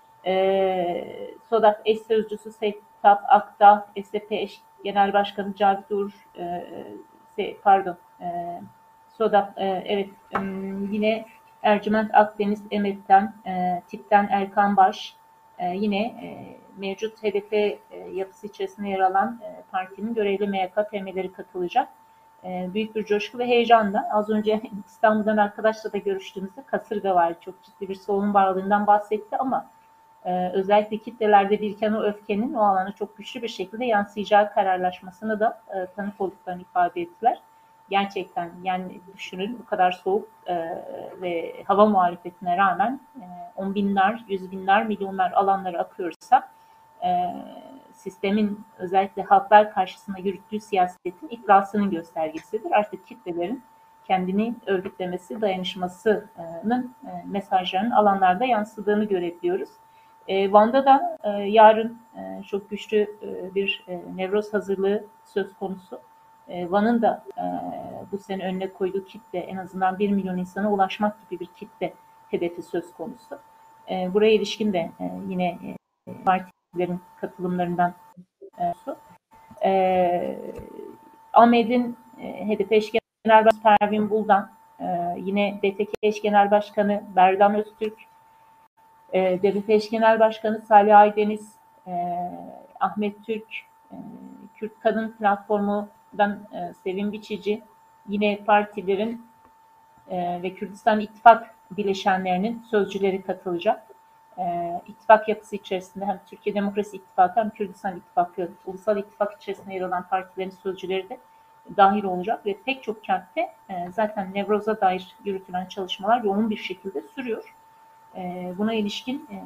e, SODAK eş sözcüsü Sehtap Akta, S D P eş genel başkanı Cavit Uğur, e, pardon, e, SODAK, e, evet, e, yine Ercüment Akdeniz Emet'ten, e, tipten Erkan Baş, e, yine e, mevcut H D P e, yapısı içerisinde yer alan e, partinin görevli M Y K T M'leri katılacak. E, büyük bir coşku ve heyecanla, az önce İstanbul'dan arkadaşla da görüştüğümüzde kasırga var, çok ciddi bir solunum varlığından bahsetti ama Ee, özellikle kitlelerde biriken o öfkenin o alana çok güçlü bir şekilde yansıyacağı kararlaşmasını da e, tanık olduklarını ifade ettiler. Gerçekten, yani düşünün, bu kadar soğuk e, ve hava muhalefetine rağmen e, on binler, yüz binler, milyonlar alanlara akıyorsa e, sistemin özellikle halklar karşısında yürüttüğü siyasetin iflasının göstergesidir. Artık kitlelerin kendini örgütlemesi, dayanışmasının e, mesajlarının alanlarda yansıdığını görebiliyoruz. E, Van'da da e, yarın e, çok güçlü e, bir e, Nevroz hazırlığı söz konusu. E, Van'ın da e, bu sene önüne koyduğu kitle, en azından bir milyon insana ulaşmak gibi bir kitle hedefi söz konusu. E, buraya ilişkin de e, yine e, partilerin katılımlarından e, e, Ahmet'in e, H D P eş genel başkanı Pervin Buldan, e, yine D T K eş genel başkanı Berdan Öztürk, e, D B P eş genel başkanı Salih Aydeniz, e, Ahmet Türk, e, Kürt Kadın Platformu'dan e, Sevim Biçici, yine partilerin e, ve Kürdistan İttifak bileşenlerinin sözcüleri katılacak. E, ittifak yapısı içerisinde hem Türkiye Demokrasi İttifakı hem Kürdistan İttifakı, Ulusal İttifak içerisinde yer alan partilerin sözcüleri de dahil olacak ve pek çok kentte e, zaten Nevroz'a dair yürütülen çalışmalar yoğun bir şekilde sürüyor. E, buna ilişkin e,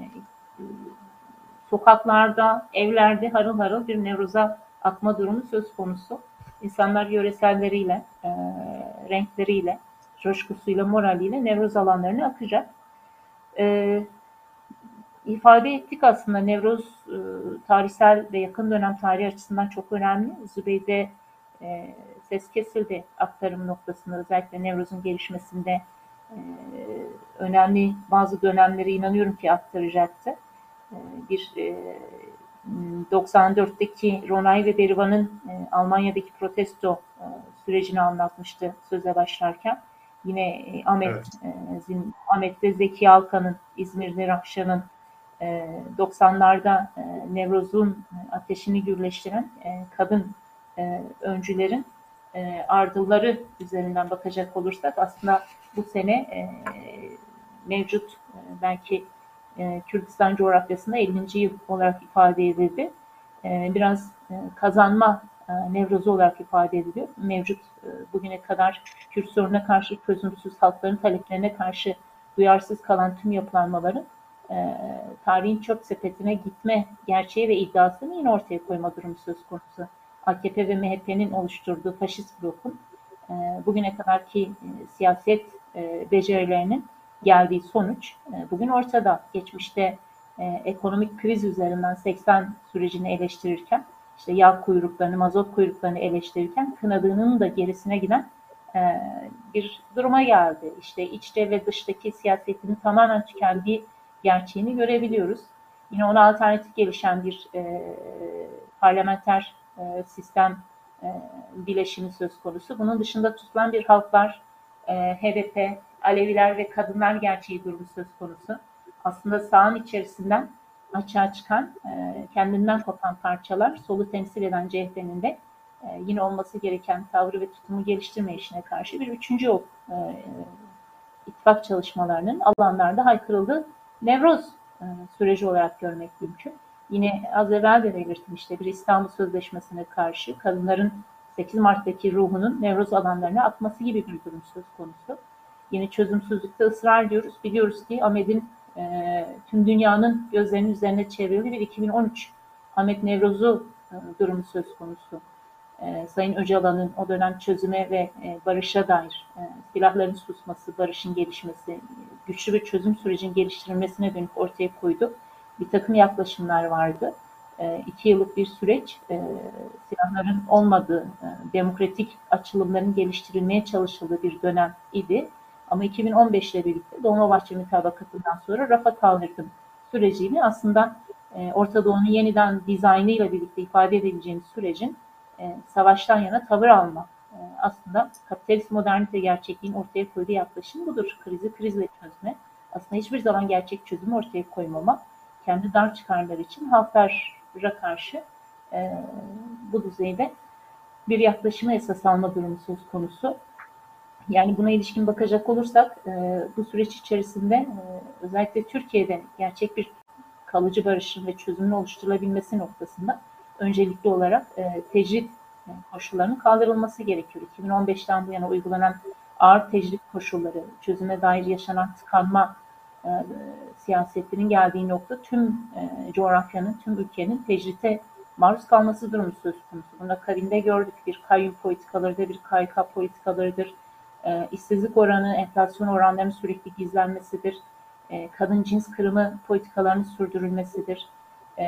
sokaklarda, evlerde harıl harıl bir Nevroz'a akma durumu söz konusu. İnsanlar yöreselleriyle, e, renkleriyle, coşkusuyla, moraliyle Nevroz alanlarına akacak. E, ifade ettik aslında Nevroz e, tarihsel ve yakın dönem tarihi açısından çok önemli. Zübeyde e, ses kesildi aktarım noktasında, özellikle Nevroz'un gelişmesinde e, önemli bazı dönemleri inanıyorum ki aktaracaktı. E, bir e, doksan dörtteki Ronay ve Berivan'ın e, Almanya'daki protesto e, sürecini anlatmıştı söze başlarken. Yine e, Ahmet Evet. e, Zin, Ahmet'te Zeki Alkan'ın, İzmir'de Rahşan'ın e, doksanlarda e, Nevroz'un ateşini gürleştiren e, kadın e, öncülerin e, ardılları üzerinden bakacak olursak aslında bu sene e, mevcut e, belki e, Kürdistan coğrafyasında ellinci yıl olarak ifade edildi. E, biraz e, kazanma e, Nevroz'u olarak ifade ediliyor. Mevcut e, bugüne kadar Kürt sorununa karşı çözümsüz, halkların taleplerine karşı duyarsız kalan tüm yapılanmaların e, tarihin çöp sepetine gitme gerçeği ve iddiasını yine ortaya koyma durumu söz konusu. A K P ve M H P'nin oluşturduğu faşist blokun e, bugüne kadarki e, siyaset e, becerilerinin geldiği sonuç e, bugün ortada. Geçmişte e, ekonomik kriz üzerinden seksen sürecini eleştirirken, işte yağ kuyruklarını, mazot kuyruklarını eleştirirken kınadığının da gerisine giden e, bir duruma geldi. İşte içte ve dıştaki siyasetinin tamamen tükendiği gerçeğini görebiliyoruz. Yine ona alternatif gelişen bir e, parlamenter e, sistem e, bileşimi söz konusu. Bunun dışında tutulan bir halklar, e, H D P, Aleviler ve kadınlar gerçeği durumu söz konusu. Aslında sağın içerisinden açığa çıkan, e, kendinden kopan parçalar, solu temsil eden C H P'nin de e, yine olması gereken tavrı ve tutumu geliştirme işine karşı bir üçüncü yol e, ittifak çalışmalarının alanlarda haykırıldığı Nevroz e, süreci olarak görmek mümkün. Yine az evvel de belirttim, işte bir İstanbul Sözleşmesi'ne karşı kadınların sekiz Mart'taki ruhunun Nevroz alanlarına akması gibi bir durum söz konusu. Yine çözümsüzlükte ısrar ediyoruz. Biliyoruz ki Ahmet'in e, tüm dünyanın gözlerinin üzerine çevrildiği bir iki bin on üç Ahmet Nevroz'u e, durumu söz konusu. E, Sayın Öcalan'ın o dönem çözüme ve e, barışa dair e, silahların susması, barışın gelişmesi, güçlü bir çözüm sürecinin geliştirilmesine dönük ortaya koydu. Bir takım yaklaşımlar vardı. E, iki yıllık bir süreç, e, silahların olmadığı, e, demokratik açılımların geliştirilmeye çalışıldığı bir dönem idi. Ama iki bin on beş ile birlikte Dolmabahçe Mutabakatı'ndan sonra rafa kaldırdım süreciyle aslında e, Orta Doğu'nun yeniden dizaynıyla birlikte ifade edebileceğimiz sürecin e, savaştan yana tavır alma. E, aslında kapitalist modernite gerçekliğin ortaya koyduğu yaklaşım budur. Krizi krizle çözme. Aslında hiçbir zaman gerçek çözümü ortaya koymama. Kendi dar çıkarları için halklara karşı e, bu düzeyde bir yaklaşımı esas alma durumu söz konusu. Yani buna ilişkin bakacak olursak e, bu süreç içerisinde e, özellikle Türkiye'de gerçek bir kalıcı barışın ve çözümün oluşturulabilmesi noktasında öncelikli olarak e, tecrit koşullarının kaldırılması gerekiyor. iki bin on beşten bu yana uygulanan ağır tecrit koşulları, çözüme dair yaşanan tıkanma e, siyasetinin geldiği nokta tüm e, coğrafyanın, tüm ülkenin tecrite maruz kalması durumu söz konusu. Bunu akabinde gördük. Bir kayyum politikalarıdır, bir K Y K politikalarıdır. E, işsizlik oranı, enflasyon oranlarının sürekli gizlenmesidir. E, kadın cins kırımı politikalarının sürdürülmesidir. E,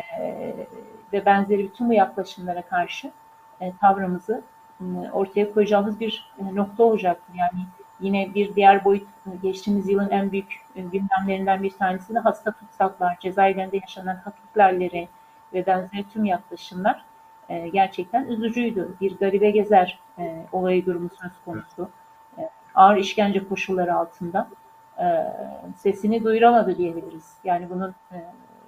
ve benzeri bütün bu yaklaşımlara karşı e, tavrımızı e, ortaya koyacağımız bir e, nokta olacaktır. Yani yine bir diğer boyut, geçtiğimiz yılın en büyük e, gündemlerinden bir tanesi de hasta tutsaklar, cezaevlerinde yaşanan hak ihlalleri ve benzeri tüm yaklaşımlar e, gerçekten üzücüydü. Bir garibe gezer e, olayı durumu söz konusu. E, ağır işkence koşulları altında e, sesini duyuramadı diyebiliriz. Yani bunun e,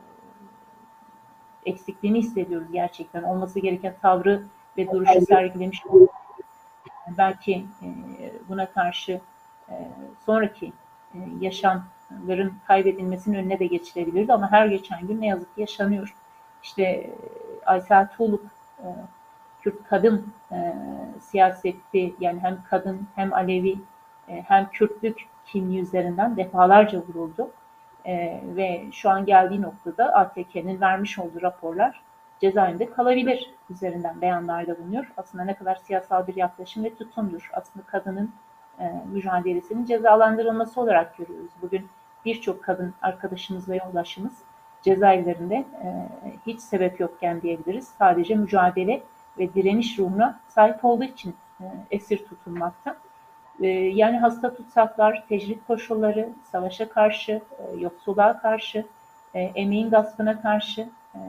eksikliğini hissediyoruz gerçekten. Olması gereken tavrı ve duruşu sergilemiş. Belki e, buna karşı e, sonraki e, yaşamların kaybedilmesinin önüne de geçilebilirdi ama her geçen gün ne yazık ki yaşanıyor. İşte e, Aysel Tuğluk, e, Kürt kadın e, siyaseti, yani hem kadın hem Alevi e, hem Kürtlük kimliği üzerinden defalarca vuruldu. E, ve şu an geldiği noktada A T K'nin vermiş olduğu raporlar cezaevinde kalabilir üzerinden beyanlarda bulunuyor. Aslında ne kadar siyasal bir yaklaşım ve tutumdur. Aslında kadının e, mücadelesinin cezalandırılması olarak görüyoruz. Bugün birçok kadın arkadaşımız ve yoldaşımız cezaevlerinde e, hiç sebep yokken diyebiliriz. Sadece mücadele ve direniş ruhuna sahip olduğu için e, esir tutulmakta. E, yani hasta tutsaklar, tecrit koşulları, savaşa karşı, e, yoksulluğa karşı, e, emeğin gaspına karşı e,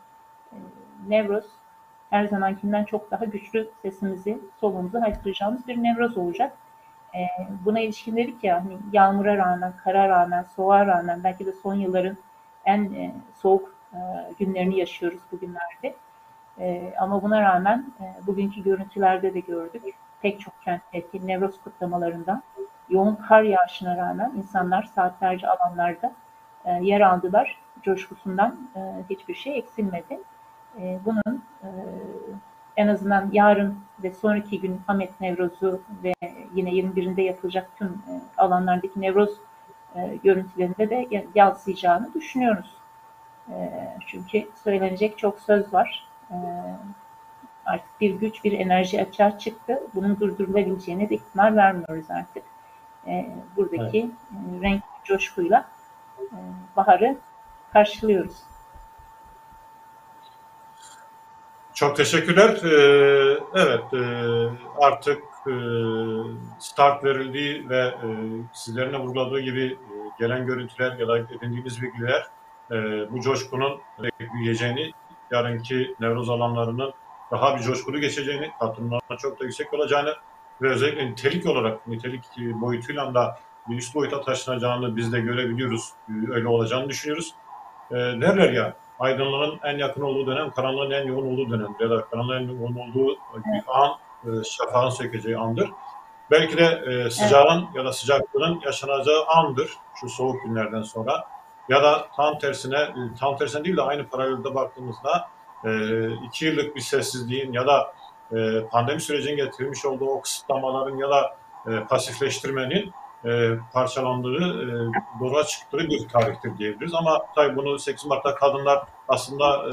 Nevroz her zamankinden çok daha güçlü sesimizi, solumuzu haykıracağımız bir Nevroz olacak. E, buna ilişkin dedik ya, hani yağmura rağmen, kara rağmen, soğuğa rağmen belki de son yılların en e, soğuk e, günlerini yaşıyoruz bugünlerde. E, ama buna rağmen e, bugünkü görüntülerde de gördük. Pek çok kentteki Nevroz kutlamalarında yoğun kar yağışına rağmen insanlar saatlerce alanlarda e, yer aldılar. Coşkusundan e, hiçbir şey eksilmedi. E, bunun e, en azından yarın ve sonraki gün Hamet Nevroz'u ve yine yirmi birinde yapılacak tüm e, alanlardaki Nevroz e, görüntülerinde de yansıyacağını düşünüyoruz. E, çünkü söylenecek çok söz var. E, artık bir güç, bir enerji açığa çıktı. Bunun durdurulabileceğine de ihtimal vermiyoruz artık. E, buradaki evet. e, renk coşkuyla e, baharı karşılıyoruz. Çok teşekkürler. Ee, evet, e, artık e, start verildiği ve e, sizlerin de vurguladığı gibi e, gelen görüntüler ya da edindiğimiz bilgiler e, bu coşkunun büyüyeceğini, yarınki Nevroz alanlarının daha bir coşkulu geçeceğini, katılımların çok da yüksek olacağını ve özellikle nitelik olarak, nitelik boyutuyla da bir üst boyuta taşınacağını biz de görebiliyoruz. Öyle olacağını düşünüyoruz. E, derler ya, aydınlığın en yakın olduğu dönem, karanlığın en yoğun olduğu dönem ya da karanlığın en yoğun olduğu bir an, e, şafağın sökeceği andır. Belki de e, sıcağın evet. ya da sıcaklığın yaşanacağı andır şu soğuk günlerden sonra. Ya da tam tersine, tam tersine değil de aynı paralelde baktığımızda e, iki yıllık bir sessizliğin ya da e, pandemi sürecinin getirmiş olduğu o kısıtlamaların ya da e, pasifleştirmenin e, parçalandığı, e, doğruğa çıktığı bir tarihtir diyebiliriz. Ama tabii bunu sekiz Mart'ta kadınlar aslında e,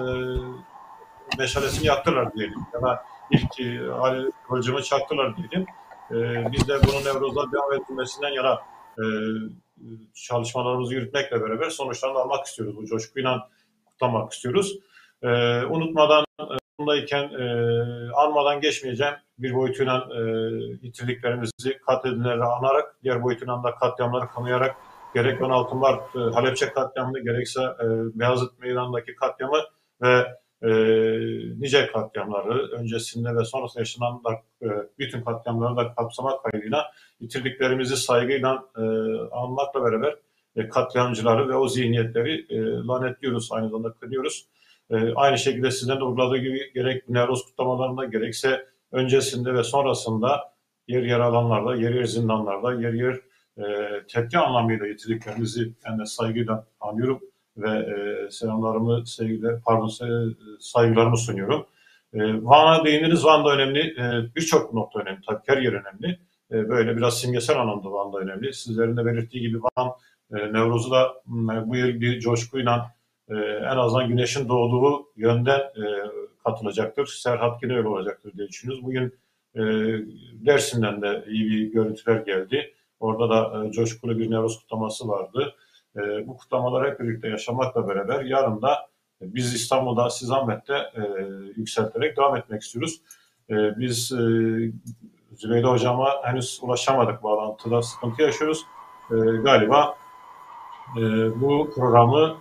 meşalesini yaktılar diyelim. Ya da ilk e, kılıcımı çaktılar diyelim. E, biz de bunun Nevroz'da devam edilmesinden yana e, çalışmalarımızı yürütmekle beraber sonuçlarını almak istiyoruz. Bu coşkuyla kutlamak istiyoruz. E, unutmadan bundayken e, anmadan geçmeyeceğim bir boyutuyla e, yitirdiklerimizi, katledilenleri anarak, diğer boyutuyla da katliamları kanayarak gerek on altı Mart e, Halepçe katliamını, gerekse e, Beyazıt Meydanı'ndaki katliamı ve e, nice katliamları, öncesinde ve sonrasında yaşanan da, e, bütün katliamları da kapsamak kaydıyla yitirdiklerimizi saygıyla e, anmakla beraber e, katliamcıları ve o zihniyetleri e, lanetliyoruz, aynı zamanda kınıyoruz. E, aynı şekilde sizden de vurguladığı gibi gerek Nevroz kutlamalarında gerekse öncesinde ve sonrasında yer yer alanlarda, yer yer zindanlarda, yer yer e, tepki anlamıyla yitirdiklerimizi en de saygıyla anıyorum ve e, selamlarımı, sevgiler, pardon, saygılarımı sunuyorum. E, Van'a değindiniz. Van da önemli. E, Birçok nokta önemli. Tabii her yer önemli. E, böyle biraz simgesel anlamda Van da önemli. Sizlerin de belirttiği gibi Van, e, Nevroz'u da e, bu yıl bir coşkuyla Ee, en azından güneşin doğduğu yönden e, katılacaktır. Serhat yine öyle olacaktır diye düşünüyoruz. Bugün e, Dersim'den de iyi bir görüntüler geldi. Orada da e, coşkulu bir Nevroz kutlaması vardı. E, bu kutlamaları hep birlikte yaşamakla beraber yarın da e, biz İstanbul'da, siz Ahmet'te e, yükselterek devam etmek istiyoruz. E, biz e, Zübeyde Hocam'a henüz ulaşamadık, bağlantıda sıkıntı yaşıyoruz. E, galiba e, bu programı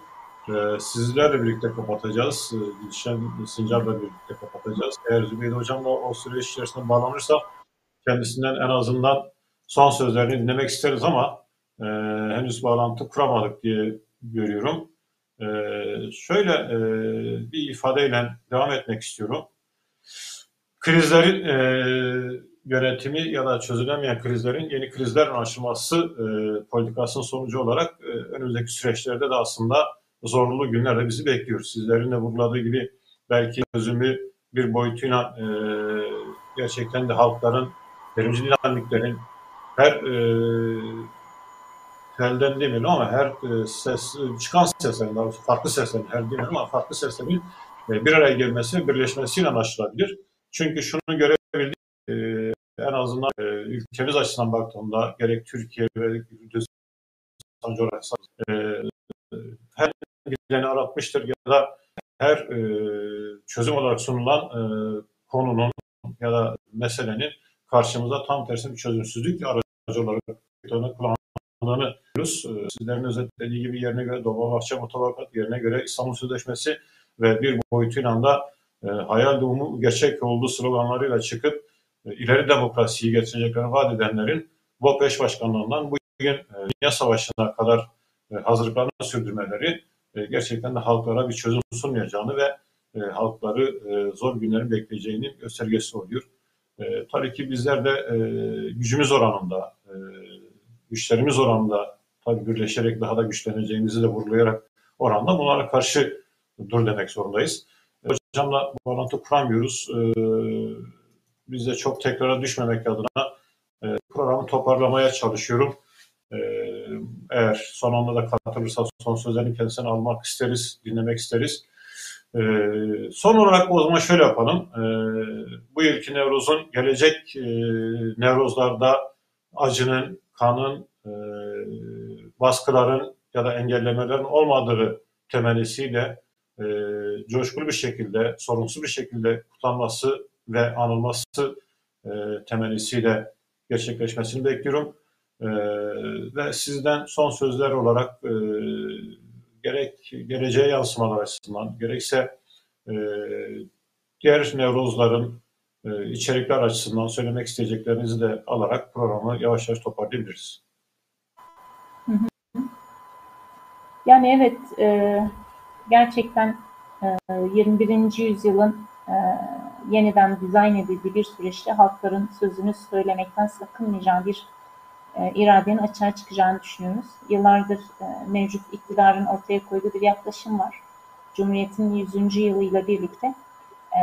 Ee, sizlerle birlikte kapatacağız. Ee, Gülşen Sincar'la birlikte kapatacağız. Eğer Zübeyde Hocam'la o süreç içerisinde bağlanırsa kendisinden en azından son sözlerini dinlemek isteriz ama e, henüz bağlantı kuramadık diye görüyorum. E, şöyle e, bir ifadeyle devam etmek istiyorum. Krizlerin e, yönetimi ya da çözülemeyen krizlerin yeni krizlerin aşılması e, politikasının sonucu olarak e, önümüzdeki süreçlerde de aslında zorlu günlerle bizi bekliyor. Sizlerin de vurguladığı gibi belki çözümü bir boyutuyla e, gerçekten de halkların, verimci dinamiklerin her e, telden demeyelim ama her e, ses, çıkan seslerin, daha doğrusu farklı seslerin, her demeyelim ama farklı seslerin e, bir araya gelmesi, birleşmesiyle anlaşılabilir. Çünkü şunu görebildik, e, en azından e, ülkemiz açısından baktığımda gerek Türkiye ve Kürdistan coğrafyası e, her gideni aratmıştır ya da her e, çözüm olarak sunulan e, konunun ya da meselenin karşımıza tam tersine bir çözümsüzlük aracı olarak kullandığını görüyoruz. E, sizlerin özetlediği gibi yerine göre Dolmabahçe Mutabakat, yerine göre İstanbul Sözleşmesi ve bir boyutuyla da e, hayal doğumu gerçek olduğu sloganlarıyla çıkıp e, ileri demokrasiyi getireceklerini vaat edenlerin BOP eş başkanlığından bugün e, Dünya Savaşı'na kadar e, hazırlıklarını sürdürmeleri e, gerçekten de halklara bir çözüm sunmayacağını ve e, halkları e, zor günlerin bekleyeceğinin göstergesi oluyor. E, tabii ki bizler de e, gücümüz oranında, e, güçlerimiz oranında tabii birleşerek daha da güçleneceğimizi de vurgulayarak oranda bunlara karşı dur demek zorundayız. E, hocamla bağlantı kuramıyoruz. E, biz de çok tekrara düşmemek adına e, programı toparlamaya çalışıyorum. E, eğer son anda da katılırsa son sözlerini kendisinden almak isteriz, dinlemek isteriz. E, son olarak o zaman şöyle yapalım. E, bu yılki Nevruz'un gelecek e, Nevruz'larda acının, kanın, e, baskıların ya da engellemelerin olmadığı temennisiyle e, coşkulu bir şekilde, sorunsuz bir şekilde kutlanması ve anılması e, temennisiyle gerçekleşmesini bekliyorum. E, ve sizden son sözler olarak e, gerek geleceğe yansımalar açısından, gerekse e, diğer Nevruzların e, içerikler açısından söylemek isteyeceklerinizi de alarak programı yavaş yavaş toparlayabiliriz. Hı hı. Yani evet, e, gerçekten e, yirmi birinci yüzyılın e, yeniden dizayn edildiği bir süreçte halkların sözünü söylemekten sakınmayacağı bir e, iradenin açığa çıkacağını düşünüyoruz. Yıllardır e, mevcut iktidarın ortaya koyduğu bir yaklaşım var. Cumhuriyet'in yüzüncü yılıyla birlikte e,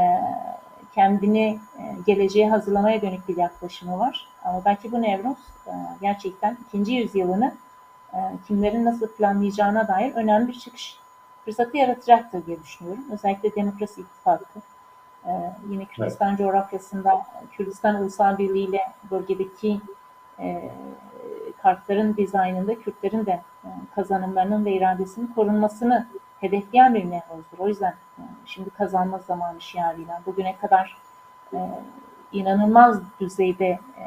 kendini e, geleceğe hazırlamaya dönük bir yaklaşımı var. Ama belki bu Nevruz e, gerçekten ikinci yüzyılını e, kimlerin nasıl planlayacağına dair önemli bir çıkış fırsatı yaratacaktır diye düşünüyorum. Özellikle Demokrasi İttifakı, e, yine Kürdistan evet. coğrafyasında Kürdistan Ulusal Birliği ile bölgedeki e, kartların dizaynında Kürtlerin de e, kazanımlarının ve iradesinin korunmasını hedefleyen bir Nevruz'dur. O yüzden e, şimdi kazanma zamanı şiarıyla bugüne kadar e, inanılmaz düzeyde e,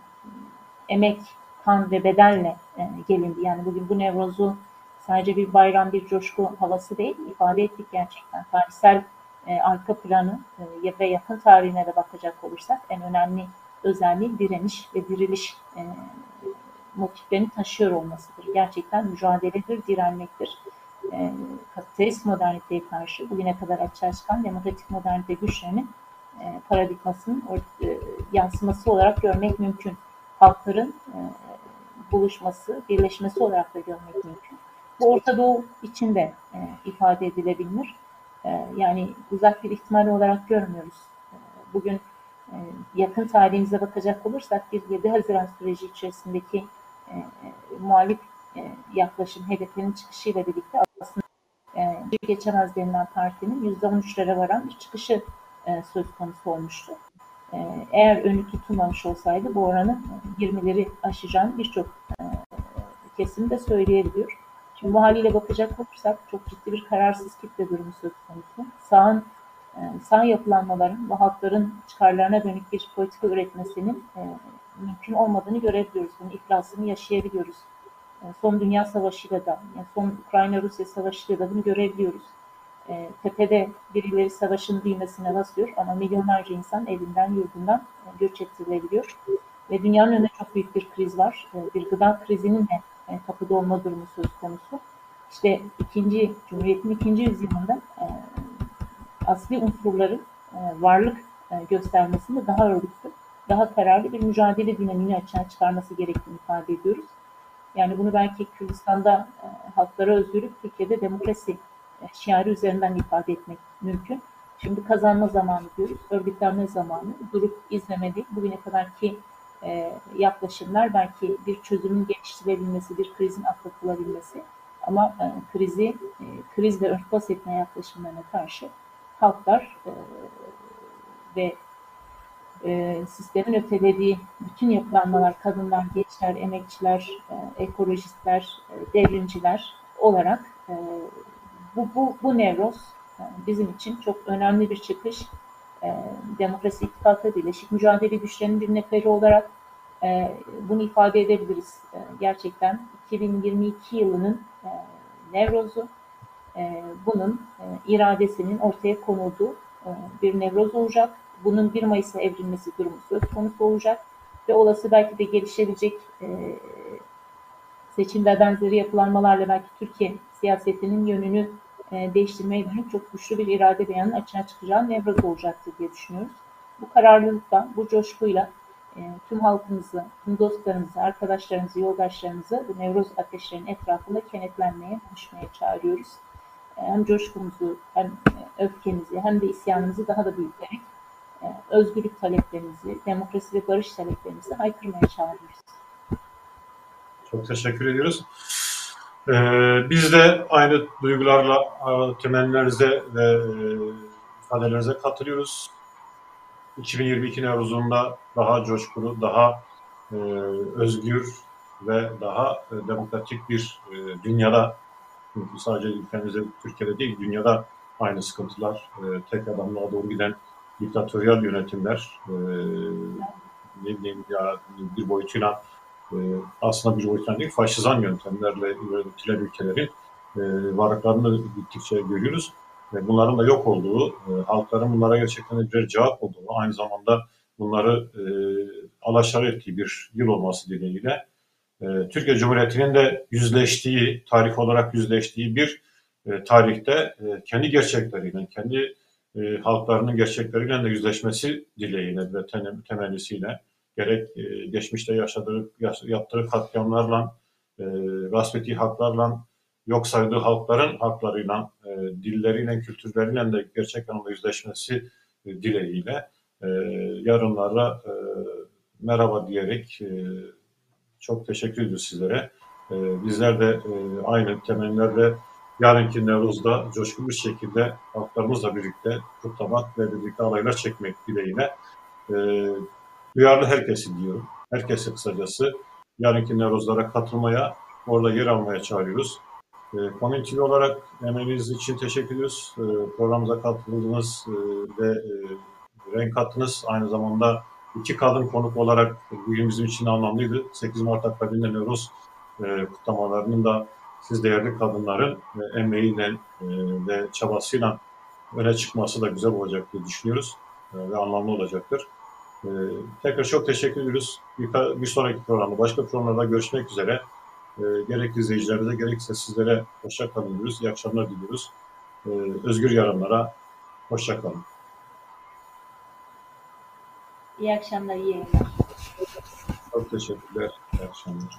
emek, kan ve bedelle e, gelindi. Yani bugün bu Nevruz'u sadece bir bayram, bir coşku havası değil, ifade ettik gerçekten. Tarihsel e, arka planı e, ve yakın tarihine de bakacak olursak en önemli özelliği direniş ve diriliş e, motiflerini taşıyor olmasıdır. Gerçekten mücadeledir, direnmektir. E, kapitalist moderniteye karşı bugüne kadar açığa çıkan demokratik modernite güçlerinin e, paradigmasının e, yansıması olarak görmek mümkün. Halkların e, buluşması, birleşmesi olarak da görmek mümkün. Bu Orta Doğu için de e, ifade edilebilir. E, yani uzak bir ihtimal olarak görmüyoruz. E, bugün e, yakın tarihimize bakacak olursak bir yedi Haziran süreci içerisindeki e, e, muhalif e, yaklaşım hedeflerinin çıkışıyla birlikte aslında e, geçemez denilen partinin yüzde on üçlere varan bir çıkışı e, söz konusu olmuştu. E, eğer önü tutulmamış olsaydı bu oranın yirmileri aşacağını birçok e, kesim de söyleyebiliyor. Şimdi bu haliyle bakacak olursak çok ciddi bir kararsız kitle durumu söz konusu. Sağın, e, sağ yapılanmaların bu halkların çıkarlarına dönük bir politika üretmesinin e, mümkün olmadığını görebiliyoruz. Bunun iflasını yaşayabiliyoruz. E, son Dünya Savaşı'yla da, yani son Ukrayna-Rusya Savaşı'yla da bunu görebiliyoruz. E, tepede birileri savaşın düğmesine basıyor ama milyonlarca insan evinden, yurdundan e, göç ettirilebiliyor. Ve dünyanın önünde çok büyük bir kriz var. E, bir gıda krizinin de e, kapıda olma durumu söz konusu. İşte ikinci, Cumhuriyet'in ikinci yüzyılında e, asli unsurların e, varlık e, göstermesinde daha örgütlü, daha kararlı bir mücadele dinamiğini açığa çıkarması gerektiğini ifade ediyoruz. Yani bunu belki Kürdistan'da e, halklara özgürlük, Türkiye'de demokrasi e, şiarı üzerinden ifade etmek mümkün. Şimdi kazanma zamanı diyoruz, örgütlenme zamanı, durup izlemeli. Bugüne kadarki e, yaklaşımlar belki bir çözümün geliştirilebilmesi, bir krizin atlatılabilmesi. Ama e, krizi, e, krizle örtbas etme yaklaşımlarına karşı halklar e, ve e, sistemin ötelediği bütün yapılanmalar, kadınlar, gençler, emekçiler, e, ekolojistler, e, devrimciler olarak e, bu, bu, bu Nevroz e, bizim için çok önemli bir çıkış. E, Demokrasi İttifakı, Birleşik Mücadele Güçlerinin bir neferi olarak e, bunu ifade edebiliriz. E, gerçekten iki bin yirmi iki yılının e, Nevroz'u, e, bunun e, iradesinin ortaya konulduğu e, bir Nevroz olacak. Bunun bir Mayıs'a evrilmesi durumu söz konusu olacak ve olası belki de gelişebilecek e, seçim ve benzeri yapılanmalarla belki Türkiye siyasetinin yönünü e, değiştirmeye dönük çok güçlü bir irade beyanının açığa çıkacağı Nevroz olacaktır diye düşünüyoruz. Bu kararlılıkla, bu coşkuyla e, tüm halkımızı, tüm dostlarımızı, arkadaşlarımızı, yoldaşlarımızı bu Nevroz ateşlerinin etrafında kenetlenmeye, buluşmaya çağırıyoruz. E, hem coşkumuzu, hem öfkemizi, hem de isyanımızı daha da büyüterek e, özgürlük taleplerimizi, demokrasi ve barış taleplerimizi haykırmaya çağırıyoruz. Çok teşekkür ediyoruz. Ee, biz de aynı duygularla temennilerinize ve e, ifadelerinize katılıyoruz. iki bin yirmi iki Nevruz'unda daha coşkulu, daha e, özgür ve daha e, demokratik bir e, dünyada, çünkü sadece ülkemizde, Türkiye'de değil, dünyada aynı sıkıntılar, e, tek adamlığa doğru giden diktatöryal yönetimler, e, ne bileyim ya, bir boyutuyla e, aslında bir boyutuyla değil, faşizan yöntemlerle yönetilen ülkelerin e, varlıklarını gittikçe görüyoruz. Ve bunların da yok olduğu, e, halkların bunlara gerçekten bir cevap olduğu, aynı zamanda bunları e, alaşağı ettiği bir yıl olması dileğiyle e, Türkiye Cumhuriyeti'nin de yüzleştiği, tarih olarak yüzleştiği bir e, tarihte e, kendi gerçekleriyle, kendi e, halklarının gerçekleriyle de yüzleşmesi dileğiyle ve temennisiyle gerek e, geçmişte yaşadığı, yaptığı katliamlarla, e, gasp ettiği haklarla, yok saydığı halkların haklarıyla, e, dilleriyle, kültürleriyle de gerçekten yüzleşmesi e, dileğiyle e, yarınlara e, merhaba diyerek e, çok teşekkür ediyoruz sizlere. E, bizler de e, aynı temennilerle yarınki Nevruz'da coşkulu bir şekilde halklarımızla birlikte kutlamak ve birlikte alaylar çekmek dileğiyle e, duyarlı herkesi diyorum. Herkese kısacası yarınki Nevruz'lara katılmaya, orada yer almaya çağırıyoruz. E, Komün T V olarak emeğiniz için teşekkür ediyoruz. E, programımıza katıldınız e, ve e, renk kattınız. Aynı zamanda iki kadın konuk olarak bugün bizim için anlamlıydı. sekiz Mart Akabinde Nevruz e, kutlamalarının da siz değerli kadınların e, emeğiyle e, ve çabasıyla öne çıkması da güzel olacak diye düşünüyoruz e, ve anlamlı olacaktır. E, tekrar çok teşekkür ediyoruz. Bir, bir sonraki programda, başka programlarda görüşmek üzere. E, gerek izleyicilerimize, gerekse sizlere hoşça kalın diyoruz. İyi akşamlar diliyoruz. E, özgür yarınlara hoşça kalın. İyi akşamlar, iyi yayınlar. Çok teşekkürler. İyi akşamlar.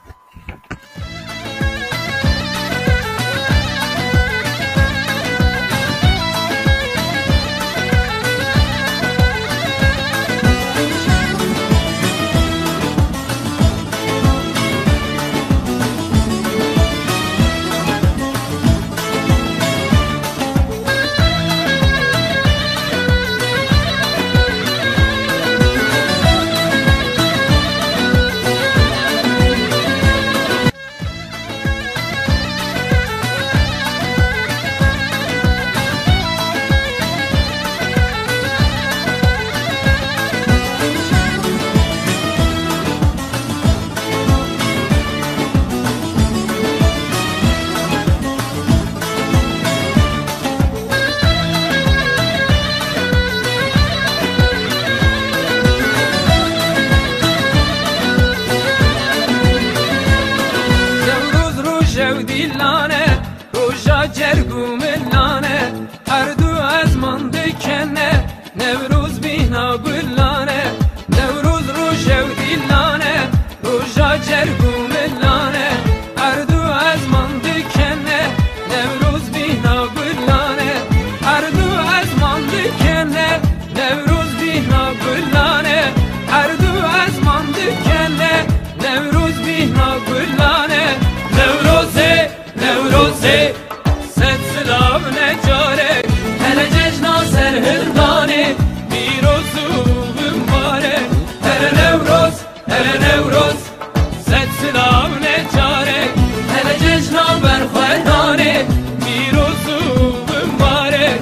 روژا جرگو ملانه هر دو از من دکنه نوروز بینا گلانه نوروز روژه و دیلانه روژا جرگو ملانه هر دو از من دکنه نوروز بینا گلانه هر دو از من دکنه نوروز بینا گلانه هر دو از من دکنه نوروز بینا گلانه نوروزه نوروزه ست سلام نجاره هر جشنا سر هردانه بیروزو بمباره هر نوروز هر نوروز ست سلام نجاره هر جشنا برخوردانه بیروزو بمباره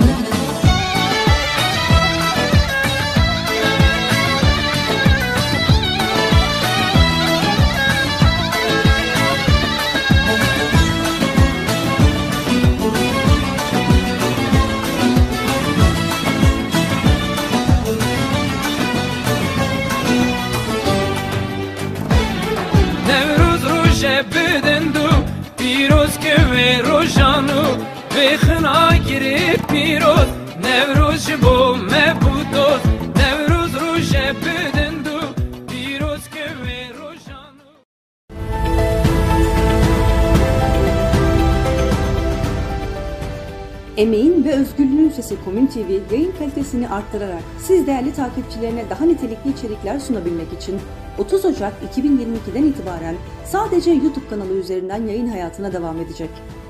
نوروز روژه بدندو پیروز که و روژانو بخنا گریب پیروز نوروز بو مبودوز نوروز روژه بدندو پیروز که و روژانو Emeğin ve Özgürlüğün Sesi Komün T V yayın kalitesini arttırarak siz değerli takipçilerine daha nitelikli içerikler sunabilmek için otuz Ocak iki bin yirmi ikiden itibaren sadece YouTube kanalı üzerinden yayın hayatına devam edecek.